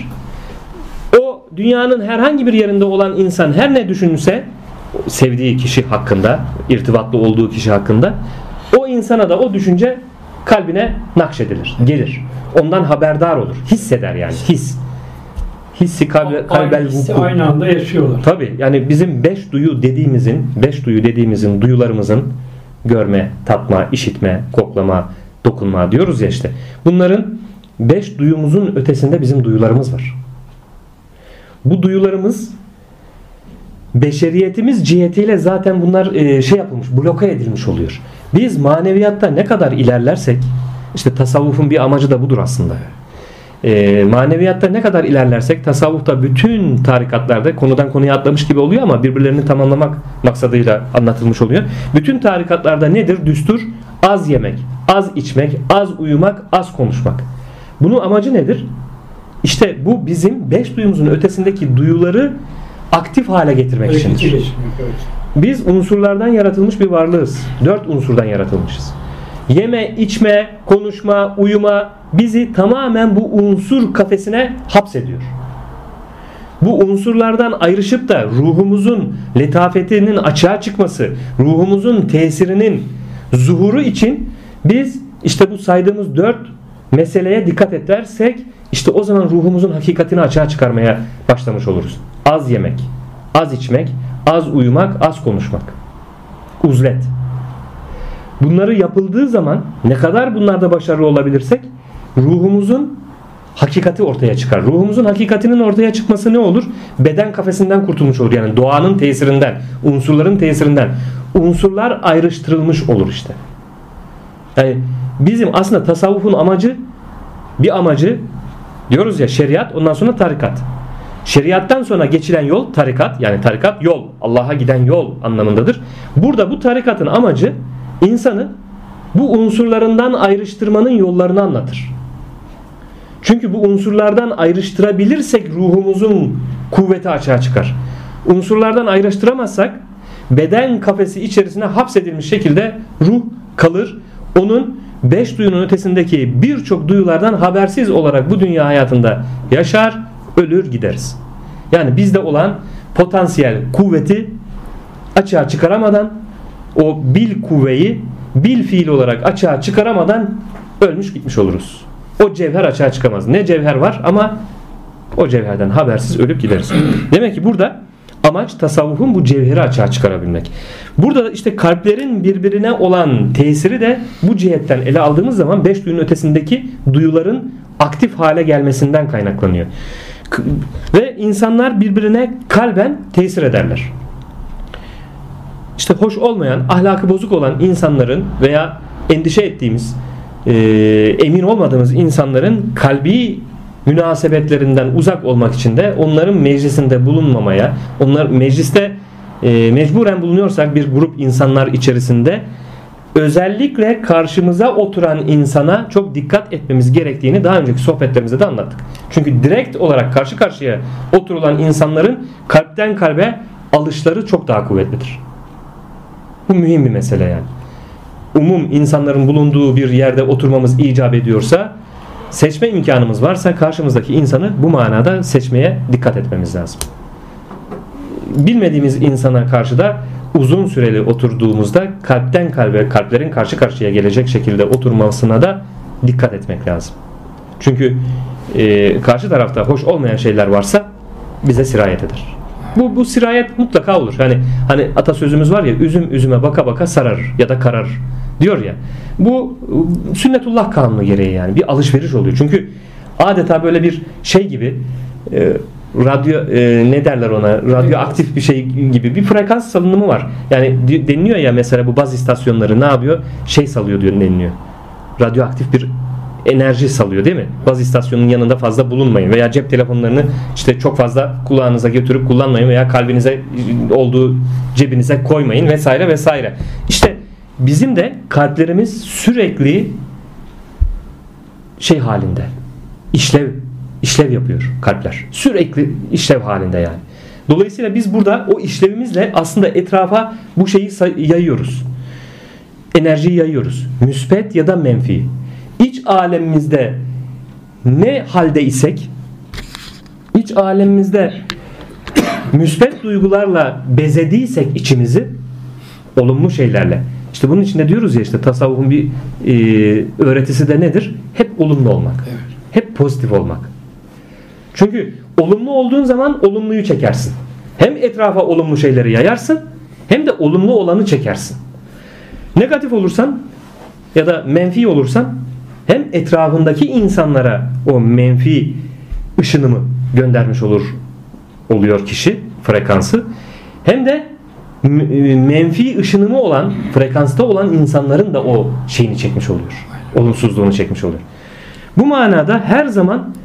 O dünyanın herhangi bir yerinde olan insan her ne düşünse sevdiği kişi hakkında, irtibatlı olduğu kişi hakkında, o insana da o düşünce kalbine nakşedilir, gelir. Ondan haberdar olur, hisseder yani, his. Hissi kalbe, kalbel Hissi vuku. aynı anda yaşıyorlar. Tabii yani bizim beş duyu dediğimizin, beş duyu dediğimizin duyularımızın görme, tatma, işitme, koklama, dokunma diyoruz ya işte. Bunların beş duyumuzun ötesinde bizim duyularımız var. Bu duyularımız beşeriyetimiz cihetiyle zaten bunlar e, şey yapılmış, bloke edilmiş oluyor. Biz maneviyatta ne kadar ilerlersek, işte tasavvufun bir amacı da budur aslında. E, maneviyatta ne kadar ilerlersek, tasavvufta bütün tarikatlarda konudan konuya atlamış gibi oluyor ama birbirlerini tamamlamak maksadıyla anlatılmış oluyor. Bütün tarikatlarda nedir? Düstur az yemek, az içmek, az uyumak, az konuşmak. Bunun amacı nedir? İşte bu bizim beş duyumuzun ötesindeki duyuları aktif hale getirmek Evet, içindir. evet. Biz unsurlardan yaratılmış bir varlığız. Dört unsurdan yaratılmışız. Yeme, içme, konuşma, uyuma bizi tamamen bu unsur kafesine hapsediyor. Bu unsurlardan ayrışıp da ruhumuzun letafetinin açığa çıkması, ruhumuzun tesirinin zuhuru için biz işte bu saydığımız dört meseleye dikkat edersek işte o zaman ruhumuzun hakikatini açığa çıkarmaya başlamış oluruz. Az yemek, az içmek, az uyumak, az konuşmak. Uzlet. Bunları yapıldığı zaman ne kadar bunlarda başarılı olabilirsek ruhumuzun hakikati ortaya çıkar. Ruhumuzun hakikatinin ortaya çıkması ne olur? Beden kafesinden kurtulmuş olur. Yani doğanın tesirinden, unsurların tesirinden. Unsurlar ayrıştırılmış olur işte. Yani bizim aslında tasavvufun amacı, bir amacı diyoruz ya şeriat, ondan sonra tarikat. Şeriattan sonra geçilen yol tarikat, yani tarikat yol, Allah'a giden yol anlamındadır. Burada bu tarikatın amacı insanı bu unsurlarından ayrıştırmanın yollarını anlatır. Çünkü bu unsurlardan ayrıştırabilirsek ruhumuzun kuvveti açığa çıkar. Unsurlardan ayrıştıramazsak beden kafesi içerisine hapsedilmiş şekilde ruh kalır. Onun beş duyunun ötesindeki birçok duyulardan habersiz olarak bu dünya hayatında yaşar, ölür gideriz. Yani bizde olan potansiyel kuvveti açığa çıkaramadan, o bil kuvveyi bil fiil olarak açığa çıkaramadan ölmüş gitmiş oluruz. O cevher açığa çıkamaz. Ne cevher var ama o cevherden habersiz ölüp gideriz. Demek ki burada amaç tasavvufun bu cevheri açığa çıkarabilmek. Burada işte kalplerin birbirine olan tesiri de bu cihetten ele aldığımız zaman beş duyunun ötesindeki duyuların aktif hale gelmesinden kaynaklanıyor. Ve insanlar birbirine kalben tesir ederler. İşte hoş olmayan, ahlakı bozuk olan insanların veya endişe ettiğimiz, e, emin olmadığımız insanların kalbi münasebetlerinden uzak olmak için de onların meclisinde bulunmamaya, onlar mecliste e, mecburen bulunuyorsak bir grup insanlar içerisinde özellikle karşımıza oturan insana çok dikkat etmemiz gerektiğini daha önceki sohbetlerimizde de anlattık. Çünkü direkt olarak karşı karşıya oturulan insanların kalpten kalbe alışları çok daha kuvvetlidir. Bu mühim bir mesele yani. Umum insanların bulunduğu bir yerde oturmamız icap ediyorsa, seçme imkanımız varsa karşımızdaki insanı bu manada seçmeye dikkat etmemiz lazım. Bilmediğimiz insana karşı da uzun süreli oturduğumuzda kalpten kalbe, kalplerin karşı karşıya gelecek şekilde oturmasına da dikkat etmek lazım. Çünkü e, karşı tarafta hoş olmayan şeyler varsa bize sirayet eder. Bu, bu sirayet mutlaka olur. Hani, hani atasözümüz var ya, üzüm üzüme baka baka sararır ya da kararır diyor ya. Bu sünnetullah kanunu gereği yani bir alışveriş oluyor. Çünkü adeta böyle bir şey gibi e, radyo e, ne derler ona, radyoaktif bir şey gibi bir frekans salınımı var. Yani deniliyor ya mesela bu baz istasyonları ne yapıyor? Şey salıyor diyor, deniliyor. Radyoaktif bir enerji salıyor değil mi? Baz istasyonunun yanında fazla bulunmayın veya cep telefonlarını işte çok fazla kulağınıza götürüp kullanmayın veya kalbinize olduğu cebinize koymayın vesaire vesaire. İşte bizim de kalplerimiz sürekli şey halinde, işlev işlev yapıyor kalpler. Sürekli işlev halinde yani. Dolayısıyla biz burada o işlevimizle aslında etrafa bu şeyi yayıyoruz. Enerjiyi yayıyoruz. Müspet ya da menfi. İç alemimizde ne halde isek, iç alemimizde müspet duygularla bezediysek içimizi, olumlu şeylerle. İşte bunun için de diyoruz ya, işte tasavvufun bir e, öğretisi de nedir? Hep olumlu olmak. Evet. Hep pozitif olmak. Çünkü olumlu olduğun zaman olumluyu çekersin. Hem etrafa olumlu şeyleri yayarsın, hem de olumlu olanı çekersin. Negatif olursan ya da menfi olursan hem etrafındaki insanlara o menfi ışınımı göndermiş olur oluyor kişi, frekansı, hem de menfi ışınımı olan, frekansta olan insanların da o şeyini çekmiş oluyor. Olumsuzluğunu çekmiş oluyor. Bu manada her zaman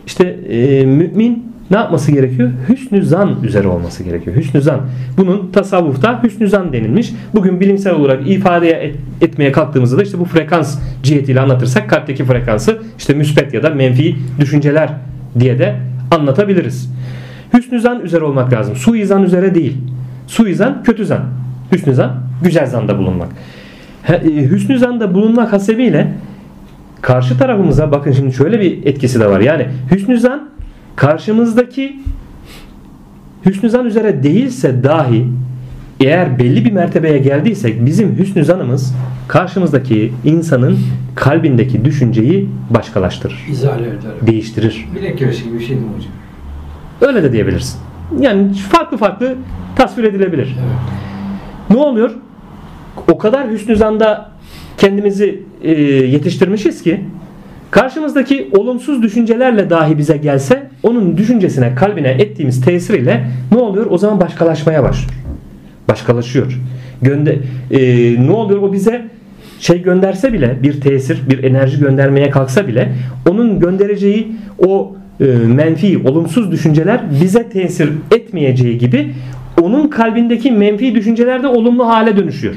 İşte e, mümin ne yapması gerekiyor? Hüsnü zan üzere olması gerekiyor. Hüsnü zan. Bunun tasavvufta hüsnü zan denilmiş. Bugün bilimsel olarak ifade et, etmeye kalktığımızda da işte bu frekans cihetiyle anlatırsak kalpteki frekansı işte müspet ya da menfi düşünceler diye de anlatabiliriz. Hüsnü zan üzere olmak lazım. Suizan üzere değil. Suizan kötü zan. Hüsnü zan güzel zanda bulunmak. Hüsnü zanda bulunmak hasebiyle karşı tarafımıza bakın şimdi şöyle bir etkisi de var. Yani hüsnü zan karşımızdaki hüsnü zan üzere değilse dahi eğer belli bir mertebeye geldiysek bizim hüsnü zanımız karşımızdaki insanın kalbindeki düşünceyi başkalaştırır. İzale eder. Değiştirir. Bilek güreşi gibi bir şey değil mi hocam? Öyle de diyebilirsin. Yani farklı farklı tasvir edilebilir. Evet. Ne oluyor? O kadar hüsnü zanda kendimizi e, yetiştirmişiz ki karşımızdaki olumsuz düşüncelerle dahi bize gelse onun düşüncesine, kalbine ettiğimiz tesiriyle ne oluyor? O zaman başkalaşmaya başlıyor. Başkalaşıyor. Gönde e, ne oluyor? O bize şey gönderse bile bir tesir, bir enerji göndermeye kalksa bile onun göndereceği o e, menfi, olumsuz düşünceler bize tesir etmeyeceği gibi onun kalbindeki menfi düşünceler de olumlu hale dönüşüyor.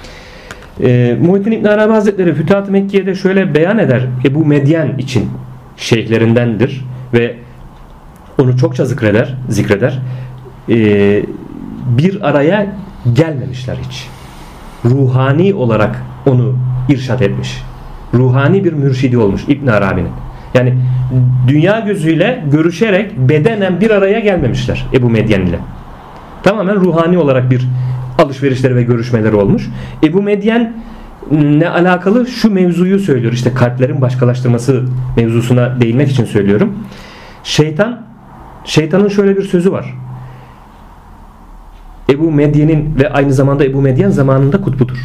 E, Muhittin İbn Arabi Hazretleri Fütuhat-ı Mekke'de şöyle beyan eder. Ebu Medyen için şeyhlerindendir ve onu çokça zikreder, zikreder. E, bir araya gelmemişler hiç. Ruhani olarak onu irşad etmiş. Ruhani bir mürşidi olmuş İbn Arabi'nin. Yani dünya gözüyle görüşerek bedenen bir araya gelmemişler Ebu Medyen ile. Tamamen ruhani olarak bir alışverişleri ve görüşmeleri olmuş. Ebu Medyen ne alakalı şu mevzuyu söylüyor. İşte kalplerin başkalaştırması mevzusuna değinmek için söylüyorum. Şeytan, şeytanın şöyle bir sözü var. Ebu Medyen'in ve aynı zamanda Ebu Medyen zamanında kutbudur.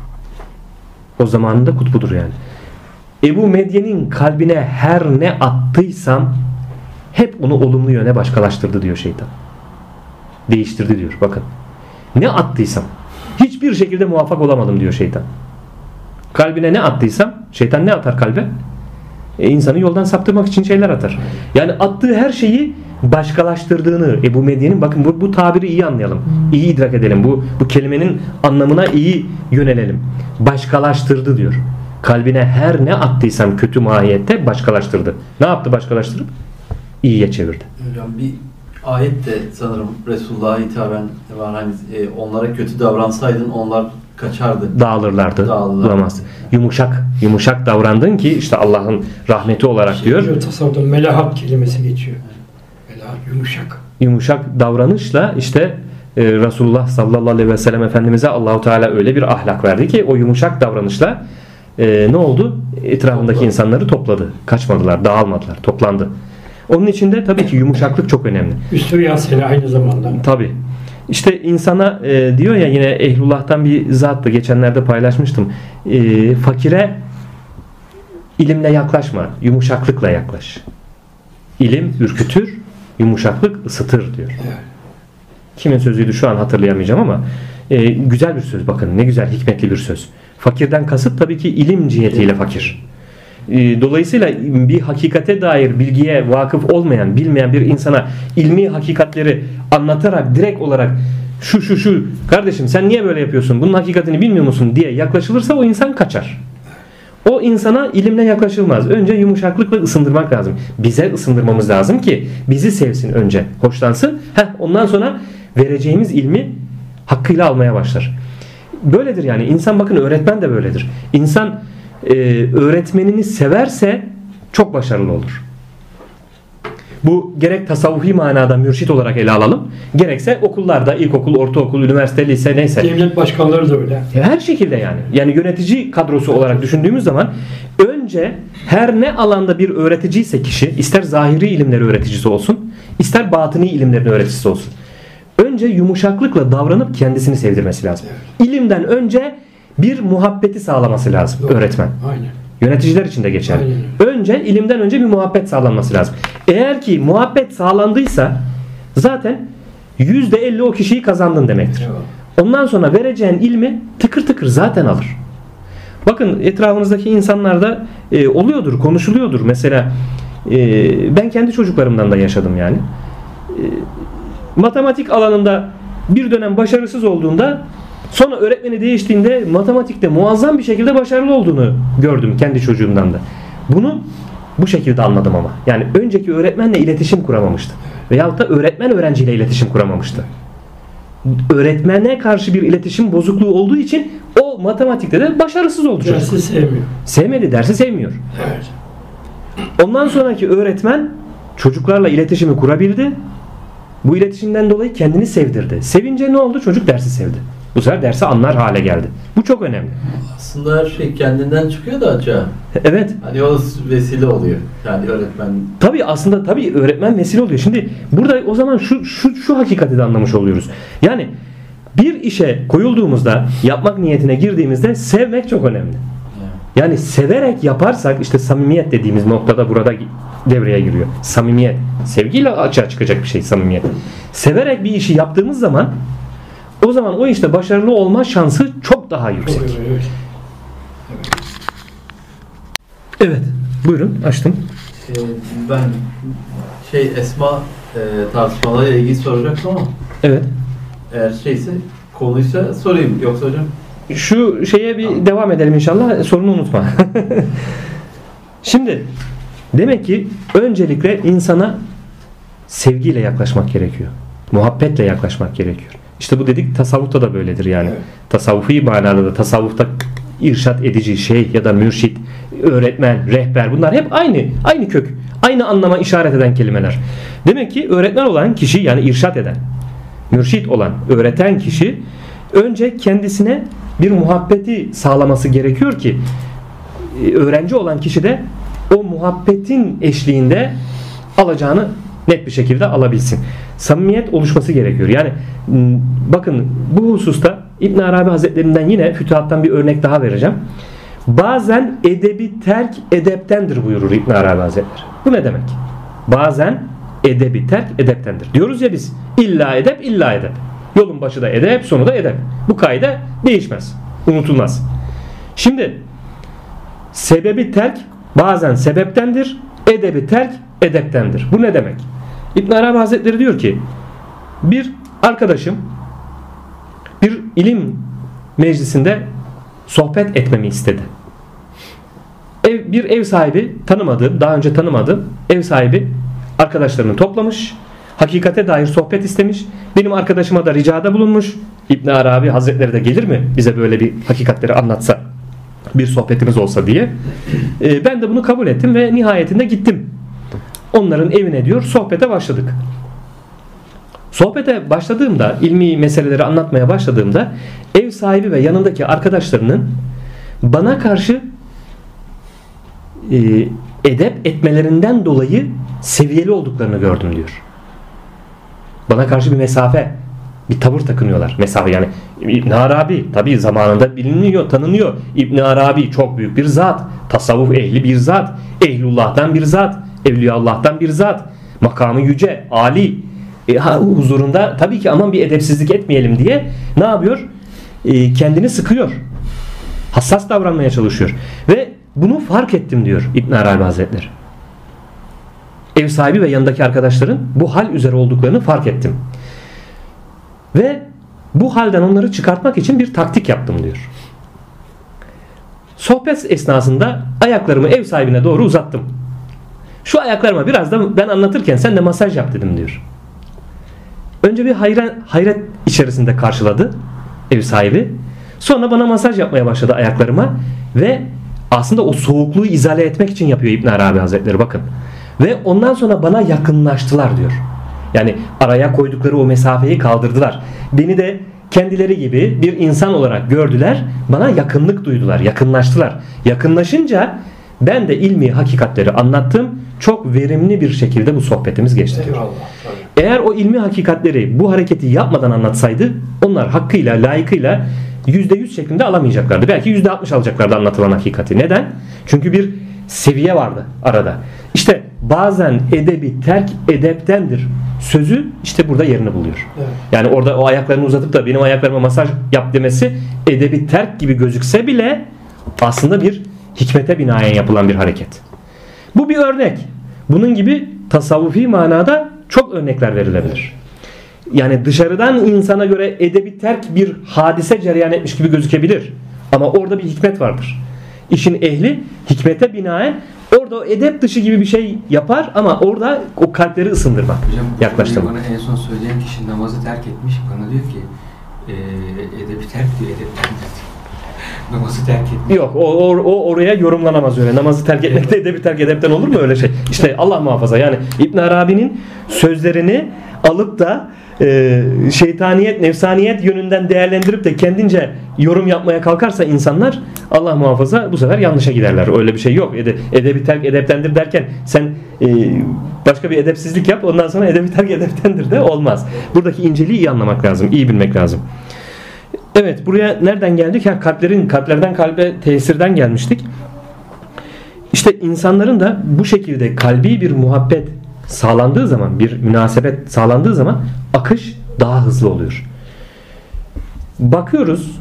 O zamanında kutbudur yani. Ebu Medyen'in kalbine her ne attıysam hep onu olumlu yöne başkalaştırdı diyor şeytan. Değiştirdi diyor. Bakın. Ne attıysam hiçbir şekilde muvaffak olamadım diyor şeytan. Kalbine ne attıysam şeytan ne atar kalbe? E, insanı yoldan saptırmak için şeyler atar. Yani attığı her şeyi başkalaştırdığını Ebu Medyen'in bakın bu, bu tabiri iyi anlayalım. İyi idrak edelim. Bu, bu kelimenin anlamına iyi yönelelim. Başkalaştırdı diyor. Kalbine her ne attıysam kötü mahiyette başkalaştırdı. Ne yaptı başkalaştırıp? İyiye çevirdi. Hocam bir ayet de sanırım Resulullah'a hitaben var. Hani e, onlara kötü davransaydın onlar kaçardı. Dağılırlardı. Dağılırlardı. Bulamaz. Yumuşak, yumuşak davrandın ki işte Allah'ın rahmeti olarak Şey diyor. diyor tasavvufta melahat kelimesi geçiyor. Melahat yumuşak. Yumuşak davranışla işte e, Resulullah sallallahu aleyhi ve sellem Efendimiz'e Allahu Teala öyle bir ahlak verdi ki o yumuşak davranışla e, ne oldu? Etrafındaki Topladı. insanları topladı. Kaçmadılar, dağılmadılar, toplandı. Onun için de tabii ki yumuşaklık çok önemli. Üstü yaseli aynı zamanda. Tabii. İşte insana e, diyor ya yine Ehlullah'tan bir zattı. Geçenlerde paylaşmıştım. E, fakire ilimle yaklaşma. Yumuşaklıkla yaklaş. İlim ürkütür, yumuşaklık ısıtır diyor. Evet. Kimin sözüydü şu an hatırlayamayacağım ama e, güzel bir söz. Bakın ne güzel, hikmetli bir söz. Fakirden kasıt tabii ki ilim cihetiyle fakir. E, dolayısıyla bir hakikate dair bilgiye vakıf olmayan, bilmeyen bir insana ilmi hakikatleri anlatarak direkt olarak şu şu şu kardeşim sen niye böyle yapıyorsun? Bunun hakikatini bilmiyor musun diye yaklaşılırsa o insan kaçar. O insana ilimle yaklaşılmaz. Önce yumuşaklıkla ısındırmak lazım. Bize ısındırmamız lazım ki bizi sevsin önce, hoşlansın. Heh, ondan sonra vereceğimiz ilmi hakkıyla almaya başlar. Böyledir yani. İnsan bakın öğretmen de böyledir. İnsan e, öğretmenini severse çok başarılı olur. Bu gerek tasavvufi manada mürşit olarak ele alalım. Gerekse okullarda, ilkokul, ortaokul, üniversite, lise neyse. Devlet başkanları da öyle. Her şekilde yani. Yani yönetici kadrosu olarak düşündüğümüz zaman önce her ne alanda bir öğreticiyse kişi, ister zahiri ilimleri öğreticisi olsun, ister batini ilimlerin öğreticisi olsun. Önce yumuşaklıkla davranıp kendisini sevdirmesi lazım. İlimden önce bir muhabbeti sağlaması lazım. Doğru. Öğretmen. Aynen. Yöneticiler için de geçerli. Aynen. Önce ilimden önce bir muhabbet sağlanması lazım. Eğer ki muhabbet sağlandıysa zaten yüzde elli o kişiyi kazandın demektir. Evet. Ondan sonra vereceğin ilmi tıkır tıkır zaten alır. Bakın etrafınızdaki insanlarda e, oluyordur, konuşuluyordur. Mesela Ee, ben kendi çocuklarımdan da yaşadım yani. Ee, matematik alanında bir dönem başarısız olduğunda sonra öğretmeni değiştiğinde matematikte muazzam bir şekilde başarılı olduğunu gördüm kendi çocuğumdan da. Bunu bu şekilde anladım ama. Yani önceki öğretmenle iletişim kuramamıştı. Veyahut da öğretmen öğrenciyle iletişim kuramamıştı. Öğretmene karşı bir iletişim bozukluğu olduğu için o matematikte de başarısız oldu çocuk. Dersi sevmiyor. Sevmedi, dersi sevmiyor. Evet. Ondan sonraki öğretmen çocuklarla iletişimi kurabildi. Bu iletişimden dolayı kendini sevdirdi. Sevince ne oldu? Çocuk dersi sevdi. Bu sefer dersi anlar hale geldi. Bu çok önemli. Aslında her şey kendinden çıkıyor da açığa. Evet. Hani o vesile oluyor. Yani öğretmen. Tabii aslında tabii öğretmen vesile oluyor. Şimdi burada o zaman şu şu şu hakikati de anlamış oluyoruz. Yani bir işe koyulduğumuzda, yapmak niyetine girdiğimizde sevmek çok önemli. Yani severek yaparsak işte samimiyet dediğimiz noktada burada devreye giriyor. Samimiyet. Sevgiyle açığa çıkacak bir şey samimiyet. Severek bir işi yaptığımız zaman o zaman o işte başarılı olma şansı çok daha yüksek. Evet, evet. Evet. Buyurun açtım. Ee, ben şey esma e, tartışmalarıyla ilgili soracaktım ama Evet. eğer şeyse konuysa sorayım. Yoksa hocam Şu şeye bir tamam. devam edelim inşallah. Sorunu unutma. Şimdi demek ki öncelikle insana sevgiyle yaklaşmak gerekiyor. Muhabbetle yaklaşmak gerekiyor. İşte bu dedik tasavvufta da böyledir yani. Evet. Tasavvufi manada da tasavvufta irşat edici şey ya da mürşit, öğretmen, rehber bunlar hep aynı aynı kök. Aynı anlama işaret eden kelimeler. Demek ki öğretmen olan kişi yani irşat eden, mürşit olan, öğreten kişi önce kendisine bir muhabbeti sağlaması gerekiyor ki öğrenci olan kişi de o muhabbetin eşliğinde alacağını net bir şekilde alabilsin. Samimiyet oluşması gerekiyor. Yani bakın bu hususta İbn Arabi Hazretlerinden yine fütuhattan bir örnek daha vereceğim. Bazen edebi terk edeptendir buyurur İbn Arabi Hazretleri. Bu ne demek? Bazen edebi terk edeptendir. Diyoruz ya biz illa edep illa edep. Yolun başı da edep, sonu da edep. Bu kaide değişmez. Unutulmaz. Şimdi sebebi terk bazen sebeptendir. Edebi terk edeptendir. Bu ne demek? İbn Arabi Hazretleri diyor ki bir arkadaşım bir ilim meclisinde sohbet etmemi istedi. Ev, bir ev sahibi tanımadığım, daha önce tanımadığım ev sahibi arkadaşlarını toplamış. Hakikate dair sohbet istemiş. Benim arkadaşıma da ricada bulunmuş. İbn Arabi Hazretleri de gelir mi bize böyle bir hakikatleri anlatsa, bir sohbetimiz olsa diye. Ee, ben de bunu kabul ettim ve nihayetinde gittim. Onların evine diyor sohbete başladık. Sohbete başladığımda, ilmi meseleleri anlatmaya başladığımda ev sahibi ve yanındaki arkadaşlarının bana karşı e, edep etmelerinden dolayı seviyeli olduklarını gördüm diyor. Bana karşı bir mesafe, bir tavır takınıyorlar. Mesafe yani İbn Arabi tabii zamanında biliniyor, tanınıyor. İbn Arabi çok büyük bir zat, tasavvuf ehli bir zat, ehlullah'tan bir zat, evliyaullah'tan bir zat, makamı yüce, âli. E, huzurunda tabii ki aman bir edepsizlik etmeyelim diye ne yapıyor? E, kendini sıkıyor. Hassas davranmaya çalışıyor. Ve bunu fark ettim diyor İbn Arabi Hazretleri. Ev sahibi ve yanındaki arkadaşların bu hal üzere olduklarını fark ettim. Ve bu halden onları çıkartmak için bir taktik yaptım diyor. Sohbet esnasında ayaklarımı ev sahibine doğru uzattım. Şu ayaklarıma biraz da ben anlatırken sen de masaj yap dedim diyor. Önce bir hayret, hayret içerisinde karşıladı ev sahibi. Sonra bana masaj yapmaya başladı ayaklarıma ve aslında o soğukluğu izale etmek için yapıyor İbn Arabi Hazretleri bakın. Ve ondan sonra bana yakınlaştılar diyor. Yani araya koydukları o mesafeyi kaldırdılar. Beni de kendileri gibi bir insan olarak gördüler. Bana yakınlık duydular, yakınlaştılar. Yakınlaşınca ben de ilmi hakikatleri anlattım. Çok verimli bir şekilde bu sohbetimiz geçti diyor. Eğer o ilmi hakikatleri bu hareketi yapmadan anlatsaydı onlar hakkıyla, layıkıyla yüzde yüz şeklinde alamayacaklardı. Belki yüzde altmış alacaklardı anlatılan hakikati. Neden? Çünkü bir seviye vardı arada. İşte bazen edebi terk edeptendir sözü işte burada yerini buluyor. Evet. Yani orada o ayaklarını uzatıp da benim ayaklarıma masaj yap demesi edebi terk gibi gözükse bile aslında bir hikmete binaen yapılan bir hareket. Bu bir örnek. Bunun gibi tasavvufi manada çok örnekler verilebilir. Yani dışarıdan insana göre edebi terk bir hadise cereyan etmiş gibi gözükebilir. Ama orada bir hikmet vardır. İşin ehli hikmete binaen orada o edep dışı gibi bir şey yapar ama orada o kalpleri ısındırmak. Hocam bu yaklaştırmak. bana en son söyleyen kişi namazı terk etmiş. Bana diyor ki e, edebi terk diyor, edepten diyor. Namazı terk etmiş. Yok o, o, o oraya yorumlanamaz öyle. Namazı terk etmek de edebi terk edepten olur mu öyle şey? İşte Allah muhafaza. Yani İbn Arabi'nin sözlerini alıp da e, şeytaniyet, nefsaniyet yönünden değerlendirip de kendince yorum yapmaya kalkarsa insanlar Allah muhafaza bu sefer yanlışa giderler. Öyle bir şey yok. Ede, edebi terk edeptendir derken sen e, başka bir edepsizlik yap ondan sonra edebi terk edeptendir de olmaz. Buradaki inceliği iyi anlamak lazım. İyi bilmek lazım. Evet, buraya nereden geldik? Ha, kalplerin kalplerden kalbe tesirden gelmiştik. İşte insanların da bu şekilde kalbi bir muhabbet sağlandığı zaman, bir münasebet sağlandığı zaman akış daha hızlı oluyor. Bakıyoruz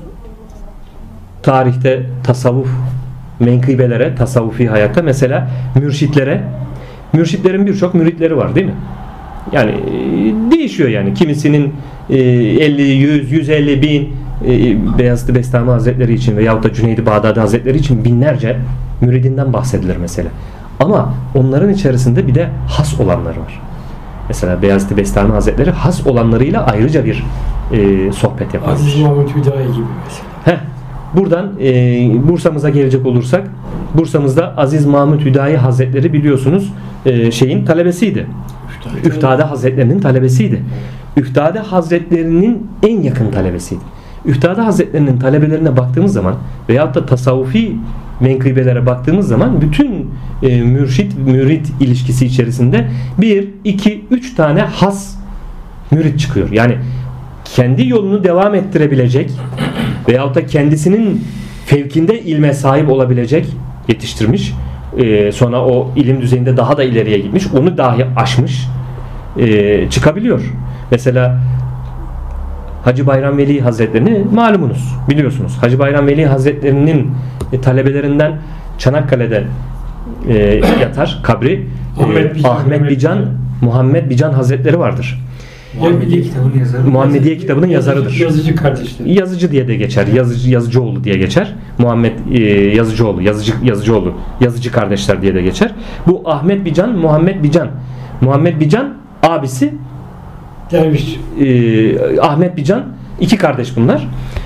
tarihte tasavvuf menkıbelere, tasavvufi hayatta mesela mürşitlere, mürşitlerin birçok müritleri var değil mi? Yani değişiyor yani. Kimisinin elli, yüz, yüz elli bin Beyazıt Bestami Hazretleri için veyahut da Cüneyd-i Bağdadi Hazretleri için binlerce müridinden bahsedilir mesela. Ama onların içerisinde bir de has olanları var. Mesela Beyazıt Bestami Hazretleri has olanlarıyla ayrıca bir e, sohbet yapar. Aziz Mahmut Hüdayi gibi mesela. Heh, buradan e, Bursa'mıza gelecek olursak, Bursa'mızda Aziz Mahmut Hüdayi Hazretleri biliyorsunuz e, şeyin talebesiydi. Üftade Hazretlerinin talebesiydi. Üftade Hazretlerinin en yakın talebesiydi. Üftade Hazretlerinin talebelerine baktığımız zaman veyahut da tasavvufi menkıbelere baktığımız zaman bütün e, mürşit mürit ilişkisi içerisinde bir, iki, üç tane has mürit çıkıyor. Yani kendi yolunu devam ettirebilecek veyahut da kendisinin fevkinde ilme sahip olabilecek yetiştirmiş. E, sonra o ilim düzeyinde daha da ileriye gitmiş. Onu dahi aşmış e, çıkabiliyor. Mesela Hacı Bayram Veli Hazretlerini malumunuz, biliyorsunuz. Hacı Bayram Veli Hazretlerinin e, talebelerinden Çanakkale'de e, yatar kabri. Ahmet E, Bican, Ahmet Bican, Muhammed Bican Hazretleri vardır. Muhammediye kitabının yazarı. Muhammediye kitabının yazarıdır. Yazıcı kardeşleri. Yazıcı diye de geçer. Yazıcı, Yazıcıoğlu diye geçer. Muhammed e, Yazıcıoğlu, Yazıcı Yazıcıoğlu, Yazıcı kardeşler diye de geçer. Bu Ahmet Bican, Muhammed Bican. Muhammed Bican abisi Derviş. e, Ahmet Bican, iki kardeş bunlar.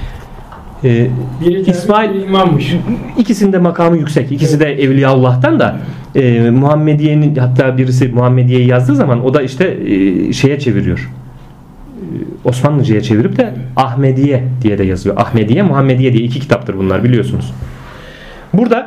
E, Biri derviş, İsmail biri imammış. ikisinde makamı yüksek. İkisi de Evliyaullah'tan da e, Muhammediye'nin, hatta birisi Muhammediye'yi yazdığı zaman o da işte e, şeye çeviriyor. E, Osmanlıca'ya çevirip de Ahmediye diye de yazıyor. Ahmediye, Muhammediye diye iki kitaptır bunlar biliyorsunuz. Burada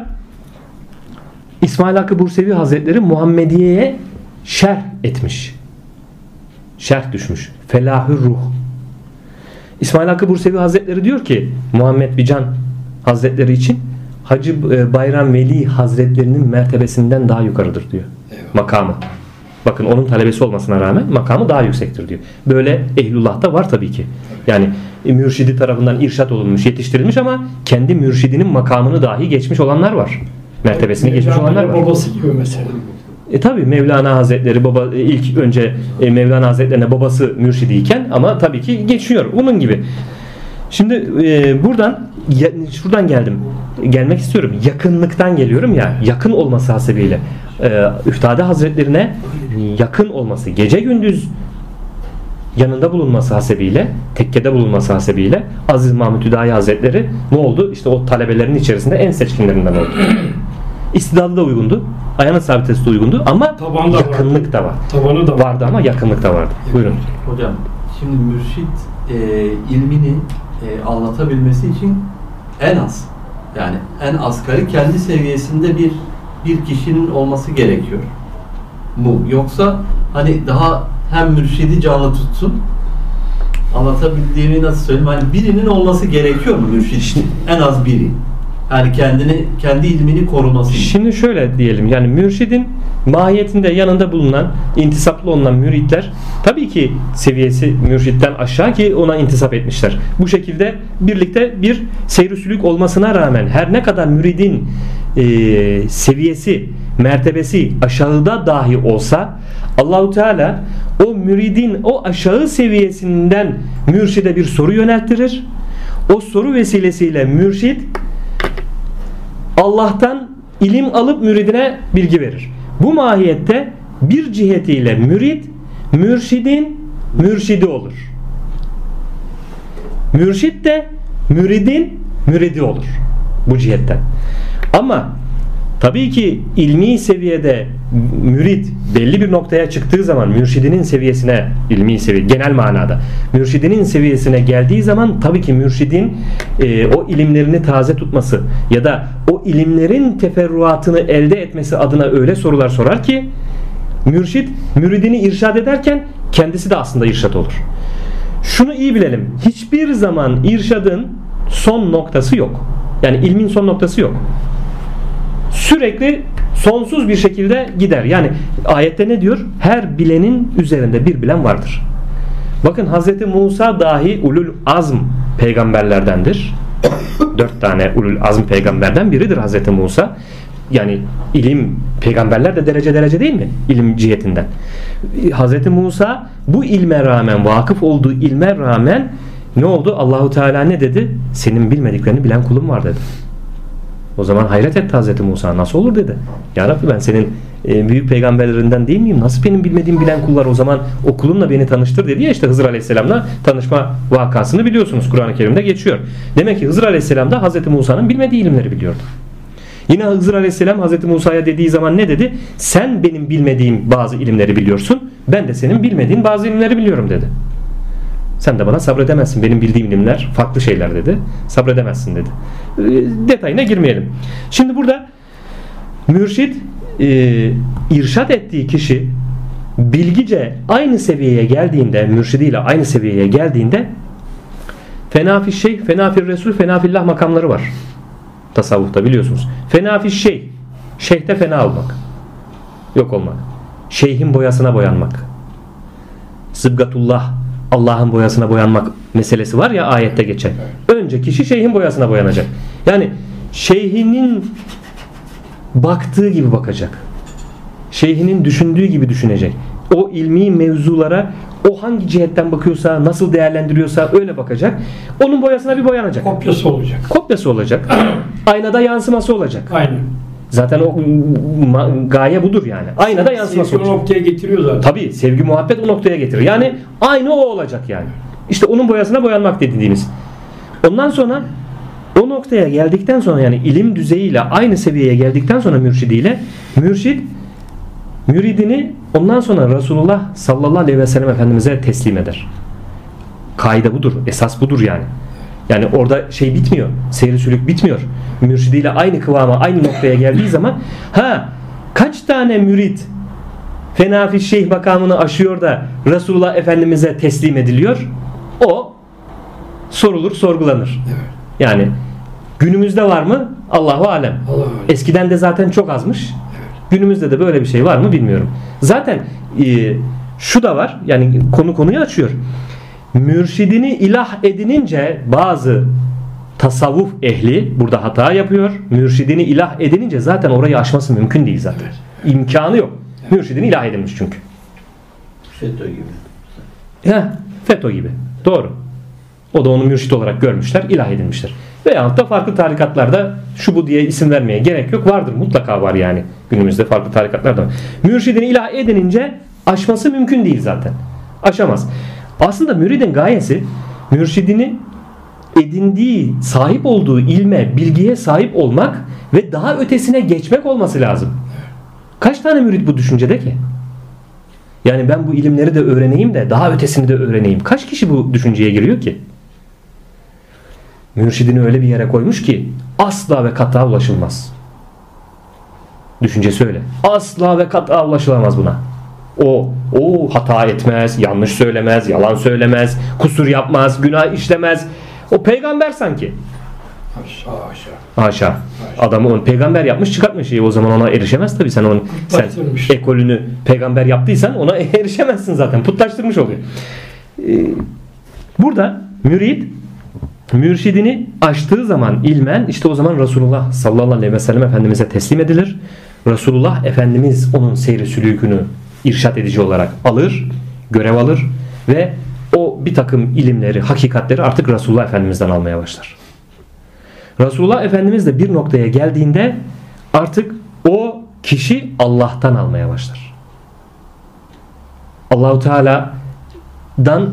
İsmail Hakkı Bursevi Hazretleri Muhammediye'ye şerh etmiş. Şerh düşmüş. Felahür Ruh. İsmail Hakkı Bursevi Hazretleri diyor ki Muhammed Bican Hazretleri için Hacı Bayram Veli Hazretlerinin mertebesinden daha yukarıdır diyor. Evet. Makamı. Bakın onun talebesi olmasına rağmen makamı daha yüksektir diyor. Böyle ehlullah'ta var tabii ki. Yani mürşidi tarafından irşat olunmuş, yetiştirilmiş ama kendi mürşidinin makamını dahi geçmiş olanlar var. Mertebesini geçmiş olanlar var. Babası gibi mesela. E tabi Mevlana Hazretleri baba ilk önce e, Mevlana Hazretlerine babası mürşidiyken ama tabii ki geçiyor. Bunun gibi. Şimdi e, buradan ya, şuradan geldim. Gelmek istiyorum. Yakınlıktan geliyorum ya. Yakın olması hasebiyle e, Üftade Hazretlerine yakın olması, gece gündüz yanında bulunması hasebiyle, tekkede bulunması hasebiyle Aziz Mahmud Hüdayi Hazretleri ne oldu? İşte o talebelerin içerisinde en seçkinlerinden oldu. İstidadı da uygundu. Ayağının sabitesi de uygundu ama Tabanda yakınlık vardı. da var. Tabanı da var. Vardı ama yakınlık da vardı. Buyurun. Hocam şimdi mürşit e, ilmini e, anlatabilmesi için en az yani en asgari kendi seviyesinde bir bir kişinin olması gerekiyor mu? Yoksa hani daha hem mürşidi canlı tutsun, anlatabildiğimi nasıl söyleyeyim, hani birinin olması gerekiyor mu mürşid için? En az biri. Yani kendini, kendi ilmini koruması için. Şimdi şöyle diyelim, yani mürşidin mahiyetinde yanında bulunan, intisaplı olunan müritler tabii ki seviyesi mürşitten aşağı ki ona intisap etmişler. Bu şekilde birlikte bir seyr-i sülük olmasına rağmen her ne kadar müridin e, seviyesi, mertebesi aşağıda dahi olsa Allahu Teala o müridin o aşağı seviyesinden mürşide bir soru yönelttirir. O soru vesilesiyle mürşid Allah'tan ilim alıp müridine bilgi verir. Bu mahiyette bir cihetiyle mürid mürşidin mürşidi olur. Mürşid de müridin müridi olur bu cihetten. Ama tabii ki ilmi seviyede mürid belli bir noktaya çıktığı zaman mürşidinin seviyesine, ilmi seviye genel manada mürşidinin seviyesine geldiği zaman tabii ki mürşidin e, o ilimlerini taze tutması ya da o ilimlerin teferruatını elde etmesi adına öyle sorular sorar ki mürşid müridini irşad ederken kendisi de aslında irşad olur. Şunu iyi bilelim. Hiçbir zaman irşadın son noktası yok. Yani ilmin son noktası yok. Sürekli sonsuz bir şekilde gider. Yani ayette ne diyor? Her bilenin üzerinde bir bilen vardır. Bakın Hazreti Musa dahi ulul azm peygamberlerdendir. Dört tane ulul azm peygamberden biridir Hazreti Musa. Yani ilim, peygamberler de derece derece değil mi? İlim cihetinden. Hazreti Musa bu ilme rağmen, vakıf olduğu ilme rağmen ne oldu? Allahu Teala ne dedi? Senin bilmediklerini bilen kulum var dedi. O zaman hayret etti Hazreti Musa. Nasıl olur dedi. Ya Rabbi ben senin e, büyük peygamberlerinden değil miyim? Nasıl benim bilmediğim bilen kullar o zaman o kulunla beni tanıştır dedi ya işte Hızır Aleyhisselam'la tanışma vakasını biliyorsunuz. Kur'an-ı Kerim'de geçiyor. Demek ki Hızır Aleyhisselam da Hazreti Musa'nın bilmediği ilimleri biliyordu. Yine Hızır Aleyhisselam Hazreti Musa'ya dediği zaman ne dedi? Sen benim bilmediğim bazı ilimleri biliyorsun. Ben de senin bilmediğin bazı ilimleri biliyorum dedi. Sen de bana sabredemezsin. Benim bildiğim ilimler farklı şeyler dedi. Sabredemezsin dedi. E, detayına girmeyelim. Şimdi burada mürşid e, irşad ettiği kişi bilgice aynı seviyeye geldiğinde, mürşidiyle aynı seviyeye geldiğinde fenafi şeyh, fenafi resul, fenafillah makamları var. Tasavvufta biliyorsunuz. Fenafi şeyh, şeyhte fena olmak. Yok olmak. Şeyhin boyasına boyanmak. Sıbgatullah, Allah'ın boyasına boyanmak meselesi var ya ayette geçen. Önce kişi şeyhin boyasına boyanacak. Yani şeyhinin baktığı gibi bakacak. Şeyhinin düşündüğü gibi düşünecek. O ilmi mevzulara o hangi cihetten bakıyorsa, nasıl değerlendiriyorsa öyle bakacak. Onun boyasına bir boyanacak. Kopyası olacak. Kopyası olacak. Aynada yansıması olacak. Aynen. Zaten o gaye budur yani. Aynada yansıması olacak. olacak. O noktaya getiriyor zaten. Tabii sevgi muhabbet o noktaya getirir. Yani aynı o olacak yani. İşte onun boyasına boyanmak dediğimiz. Ondan sonra o noktaya geldikten sonra yani ilim düzeyiyle aynı seviyeye geldikten sonra mürşidiyle mürşid müridini ondan sonra Resulullah sallallahu aleyhi ve sellem Efendimiz'e teslim eder. Kaide budur. Esas budur yani. Yani orada şey bitmiyor. Seyri sülük bitmiyor. Mürşidiyle aynı kıvama, aynı noktaya geldiği zaman ha kaç tane mürid fenafi şeyh makamını aşıyor da Resulullah Efendimiz'e teslim ediliyor? O sorulur, sorgulanır. Evet. Yani günümüzde var mı? Allahu alem. Allah Allah. Eskiden de zaten çok azmış. Günümüzde de böyle bir şey var mı bilmiyorum. Zaten e, şu da var. Yani konu konuyu açıyor. Mürşidini ilah edinince bazı tasavvuf ehli burada hata yapıyor. Mürşidini ilah edinince zaten orayı aşması mümkün değil zaten. Evet. İmkanı yok. Mürşidini ilah edilmiş çünkü. FETÖ gibi. Ya, FETÖ gibi. Doğru. O da onu mürşid olarak görmüşler, ilah edilmişler. Veyahut da farklı tarikatlarda şu bu diye isim vermeye gerek yok. Vardır, mutlaka var yani. Günümüzde farklı tarikatlar da var. Mürşidini ilah edinince aşması mümkün değil zaten. Aşamaz. Aslında müridin gayesi mürşidini edindiği, sahip olduğu ilme, bilgiye sahip olmak ve daha ötesine geçmek olması lazım. Kaç tane mürid bu düşüncede ki? Yani ben bu ilimleri de öğreneyim de daha ötesini de öğreneyim. Kaç kişi bu düşünceye giriyor ki? Mürşidini öyle bir yere koymuş ki asla ve kata ulaşılmaz. Düşüncesi öyle. Asla ve kata ulaşılamaz buna. O, o hata etmez, yanlış söylemez, yalan söylemez, kusur yapmaz, günah işlemez. O peygamber sanki. Haşa haşa. Haşa. Adamı onu peygamber yapmış, çıkartmış şeyi, o zaman ona erişemez tabii. Sen onun sen ekolünü peygamber yaptıysan ona erişemezsin zaten. Putlaştırmış oluyor. Ee, burada mürid mürşidini açtığı zaman ilmen işte o zaman Resulullah sallallahu aleyhi ve sellem Efendimiz'e teslim edilir. Resulullah Efendimiz onun seyri sülûkünü irşat edici olarak alır, görev alır ve o bir takım ilimleri, hakikatleri artık Resulullah Efendimiz'den almaya başlar. Resulullah Efendimiz de bir noktaya geldiğinde artık o kişi Allah'tan almaya başlar. Allahu Teala'dan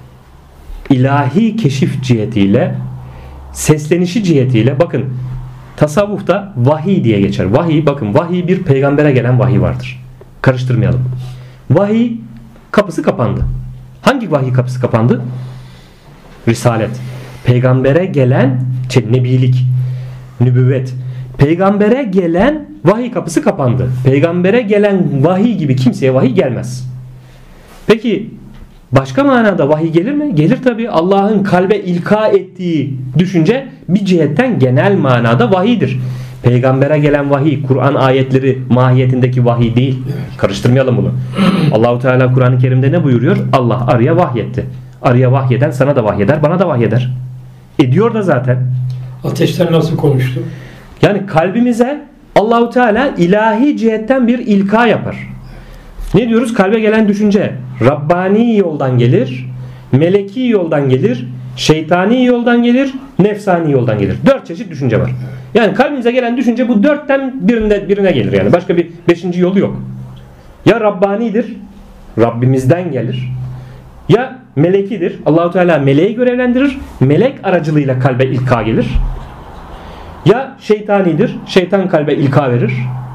ilahi keşif cihetiyle, seslenişi cihetiyle, bakın tasavvufta vahiy diye geçer. Vahiy, bakın vahiy bir peygambere gelen vahiy vardır. Karıştırmayalım. Vahiy kapısı kapandı. Hangi vahiy kapısı kapandı? Risalet. Peygambere gelen şey, nebilik, nübüvvet. Peygambere gelen vahiy kapısı kapandı. Peygambere gelen vahiy gibi kimseye vahiy gelmez. Peki başka manada vahiy gelir mi? Gelir tabii. Allah'ın kalbe ilka ettiği düşünce bir cihetten genel manada vahiydir. Peygambere gelen vahiy, Kur'an ayetleri mahiyetindeki vahiy değil. Karıştırmayalım bunu. Allahu Teala Kur'an-ı Kerim'de ne buyuruyor? Allah arıya vahyetti. Arıya vahyeden sana da vahyeder, bana da vahyeder. Ediyor da zaten. Ateşten nasıl konuştu? Yani kalbimize Allahu Teala ilahi cihetten bir ilka yapar. Ne diyoruz? Kalbe gelen düşünce Rabbani yoldan gelir, meleki yoldan gelir, şeytani yoldan gelir, nefsani yoldan gelir. Dört çeşit düşünce var. Yani kalbimize gelen düşünce bu dörtten birine, birine gelir yani. Başka bir beşinci yolu yok. Ya Rabbanidir, Rabbimizden gelir. Ya melekidir, Allahu Teala meleği görevlendirir, melek aracılığıyla kalbe ilka gelir. Ya şeytanidir, şeytan kalbe ilka verir.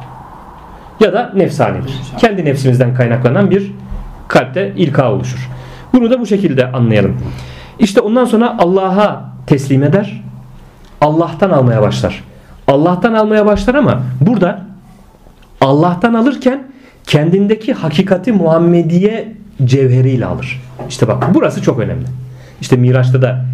Ya da nefsanidir. Kendi nefsimizden kaynaklanan bir kalpte ilka oluşur. Bunu da bu şekilde anlayalım. İşte ondan sonra Allah'a teslim eder. Allah'tan almaya başlar. Allah'tan almaya başlar ama burada Allah'tan alırken kendindeki hakikati Muhammediye cevheriyle alır. İşte bak burası çok önemli. İşte Miraç'ta da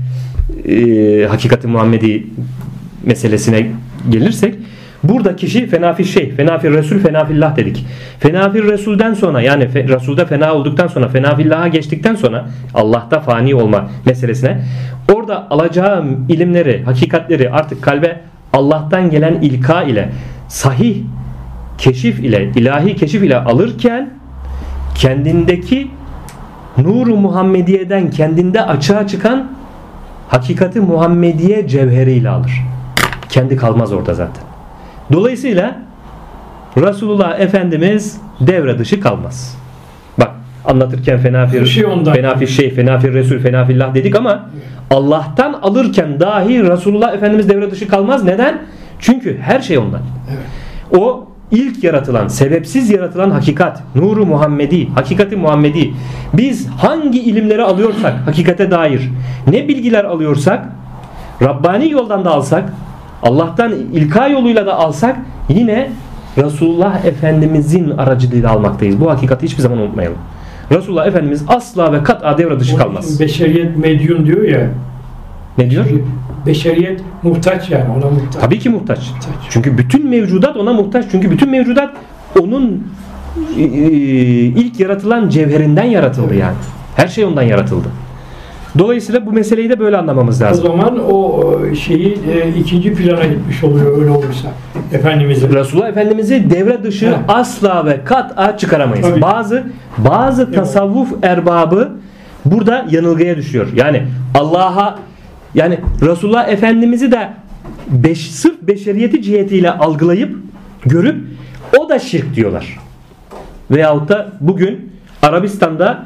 e, hakikati Muhammedi meselesine gelirsek burada kişi fenafil şey, fenafil Resul, fenafillah dedik. Fenafil Resul'den sonra yani fe, Resul'de fena olduktan sonra fenafillah'a geçtikten sonra Allah'ta fani olma meselesine orada alacağı ilimleri, hakikatleri artık kalbe Allah'tan gelen ilka ile sahih keşif ile, ilahi keşif ile alırken kendindeki nuru Muhammediye'den kendinde açığa çıkan hakikati Muhammediye cevheriyle alır. Kendi kalmaz orada zaten. Dolayısıyla Resulullah Efendimiz devre dışı kalmaz. Bak anlatırken fenafir şey fenafir şey, fenafir Resul, fenafillah dedik ama Allah'tan alırken dahi Resulullah Efendimiz devre dışı kalmaz. Neden? Çünkü her şey ondan. Evet. O ilk yaratılan, sebepsiz yaratılan hakikat, nuru Muhammedi, hakikati Muhammedi. Biz hangi ilimleri alıyorsak, hakikate dair ne bilgiler alıyorsak, Rabbani yoldan da alsak, Allah'tan ilka yoluyla da alsak yine Resulullah Efendimizin aracılığıyla almaktayız. Bu hakikati hiçbir zaman unutmayalım. Resulullah Efendimiz asla ve kat'a devre dışı kalmaz. Beşeriyet medyun diyor ya. Ne diyor? Beşeriyet muhtaç yani ona muhtaç. Tabii ki muhtaç. muhtaç. Çünkü bütün mevcudat ona muhtaç. Çünkü bütün mevcudat onun e, ilk yaratılan cevherinden yaratıldı evet. Yani. Her şey ondan yaratıldı. Dolayısıyla bu meseleyi de böyle anlamamız lazım. O zaman o şeyi e, ikinci plana gitmiş oluyor öyle olursa. Efendimiz'in. Resulullah Efendimiz'i devre dışı ha. asla ve kat'a çıkaramayız. Tabii. Bazı bazı evet. tasavvuf erbabı burada yanılgıya düşüyor. Yani Allah'a yani Resulullah Efendimiz'i de beş, sırf beşeriyeti cihetiyle algılayıp görüp o da şirk diyorlar. Veyahut da bugün Arabistan'da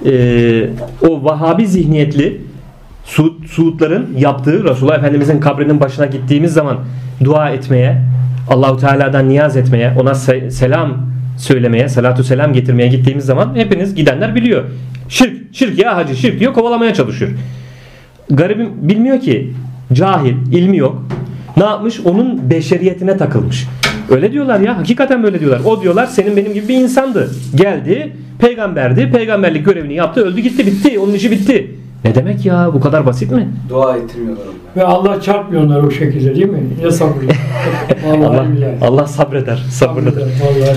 e, o Vahabi zihniyetli Suud, Suudların yaptığı Resulullah Efendimiz'in kabrinin başına gittiğimiz zaman dua etmeye, Allahu Teala'dan niyaz etmeye, ona se- selam söylemeye, salatu selam getirmeye gittiğimiz zaman hepiniz gidenler biliyor. Şirk, şirk ya hacı şirk diyor, kovalamaya çalışıyor. Garibim bilmiyor ki, cahil, ilmi yok. Ne yapmış? Onun beşeriyetine takılmış. Öyle diyorlar ya, hakikaten böyle diyorlar. O diyorlar senin benim gibi bir insandı. Geldi, peygamberdi, peygamberlik görevini yaptı, öldü gitti, bitti. Onun işi bitti. Ne demek ya? Bu kadar basit mi? Dua ettirmiyorlar onlar. Ve Allah çarpmıyor onları o şekilde değil mi? Ne sabrı? Allah, Allah sabreder, sabırlıdır.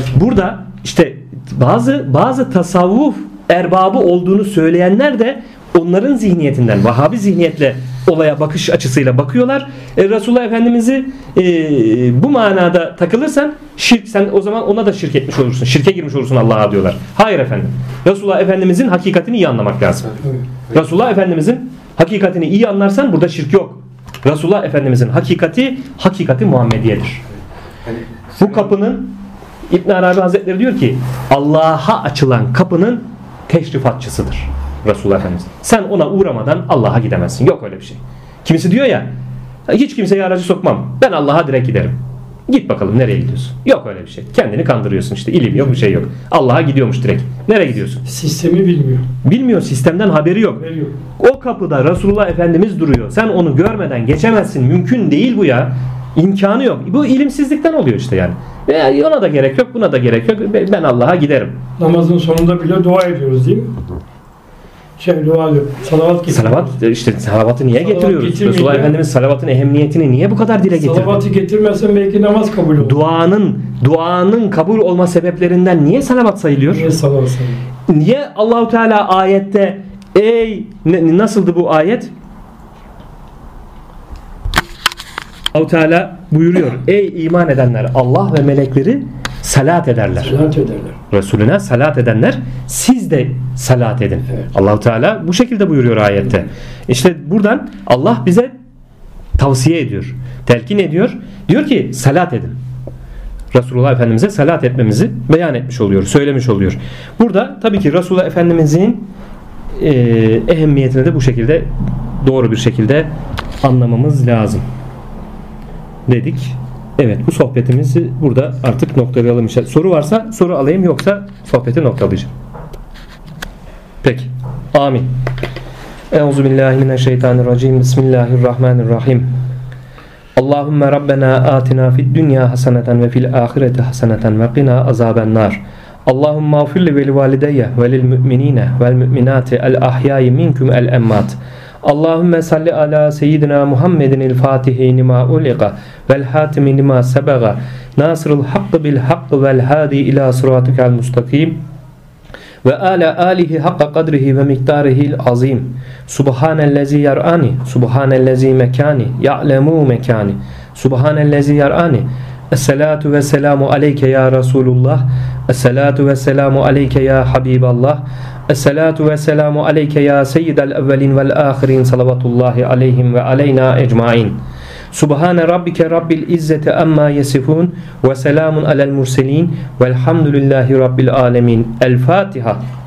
Burada işte bazı bazı tasavvuf erbabı olduğunu söyleyenler de onların zihniyetinden, Vahabi zihniyetle olaya bakış açısıyla bakıyorlar. E, Resulullah Efendimiz'i e, bu manada takılırsan şirk, sen o zaman ona da şirk etmiş olursun. Şirke girmiş olursun Allah'a diyorlar. Hayır efendim. Resulullah Efendimiz'in hakikatini iyi anlamak lazım. Resulullah Efendimiz'in hakikatini iyi anlarsan burada şirk yok. Resulullah Efendimiz'in hakikati hakikati Muhammediye'dir. Bu kapının İbn Arabi Hazretleri diyor ki Allah'a açılan kapının teşrifatçısıdır Resulullah Efendimiz. Sen ona uğramadan Allah'a gidemezsin. Yok öyle bir şey. Kimisi diyor ya, hiç kimseye aracı sokmam. Ben Allah'a direkt giderim. Git bakalım nereye gidiyorsun? Yok öyle bir şey. Kendini kandırıyorsun işte. İlim yok, bir şey yok. Allah'a gidiyormuş direkt. Nereye gidiyorsun? Sistemi bilmiyor. Bilmiyor. Sistemden haberi yok. Haberi yok. O kapıda Resulullah Efendimiz duruyor. Sen onu görmeden geçemezsin. Mümkün değil bu ya. İmkanı yok. Bu ilimsizlikten oluyor işte yani. E, ona da gerek yok, buna da gerek yok. Ben Allah'a giderim. Namazın sonunda bile dua ediyoruz değil mi? Şey dua diyor. Salavat getiriyoruz. Salavat işte salavatı niye Salavat getiriyoruz? getirmeyince- Resulullah Efendimiz salavatın ehemmiyetini niye bu kadar dile getirdi? Salavatı getirmezsen belki namaz kabul olur. Duanın duanın kabul olma sebeplerinden niye salavat sayılıyor? Niye salavat sayılıyor? Niye Allahu Teala ayette ey ne, nasıldı bu ayet? Allahu Teala buyuruyor. Ey iman edenler Allah ve melekleri salat ederler. Salat ederler. Resulüne salat edenler siz de salat edin. Evet. Allahu Teala bu şekilde buyuruyor ayette. İşte buradan Allah bize tavsiye ediyor. Telkin ediyor. Diyor ki salat edin. Resulullah Efendimiz'e salat etmemizi beyan etmiş oluyor. Söylemiş oluyor. Burada tabii ki Resulullah Efendimiz'in e, ehemmiyetini de bu şekilde doğru bir şekilde anlamamız lazım. Dedik. Evet, bu sohbetimizi burada artık noktalayalım. İşte soru varsa soru alayım, yoksa sohbeti noktalayacağım. Peki. Amin. Euzubillahimineşşeytanirracim. Bismillahirrahmanirrahim. Allahümme Rabbena atina fid dünya haseneten ve fil ahireti haseneten ve qina azaben nar. Allahümme afirli vel valideyye velil müminine vel müminati el ahyayi minkum el emmat. Allahümme salli ala seyyidina Muhammedin el fatihi nima uliqa vel hatimi nima sebaga nasırul hakkı bil hakkı vel hadi ila sıratikal mustakim ve ala alihi hakka kadrihi ve miktarihil azim. Subhanellezi yar'ani subhanellezi mekani ya'lemu mekani subhanellezi yar'ani. Esselatu ve selamu aleyke ya Resulullah. Esselatu ve selamu aleyke ya Habiballah. Esselatu ve selamu aleyke ya seyyidel evvelin vel ahirin salavatullahi aleyhim ve aleyna ecmain. Subhane rabbike rabbil izzeti amma yesifun ve selamun alel murselin velhamdülillahi rabbil alemin. El Fatiha.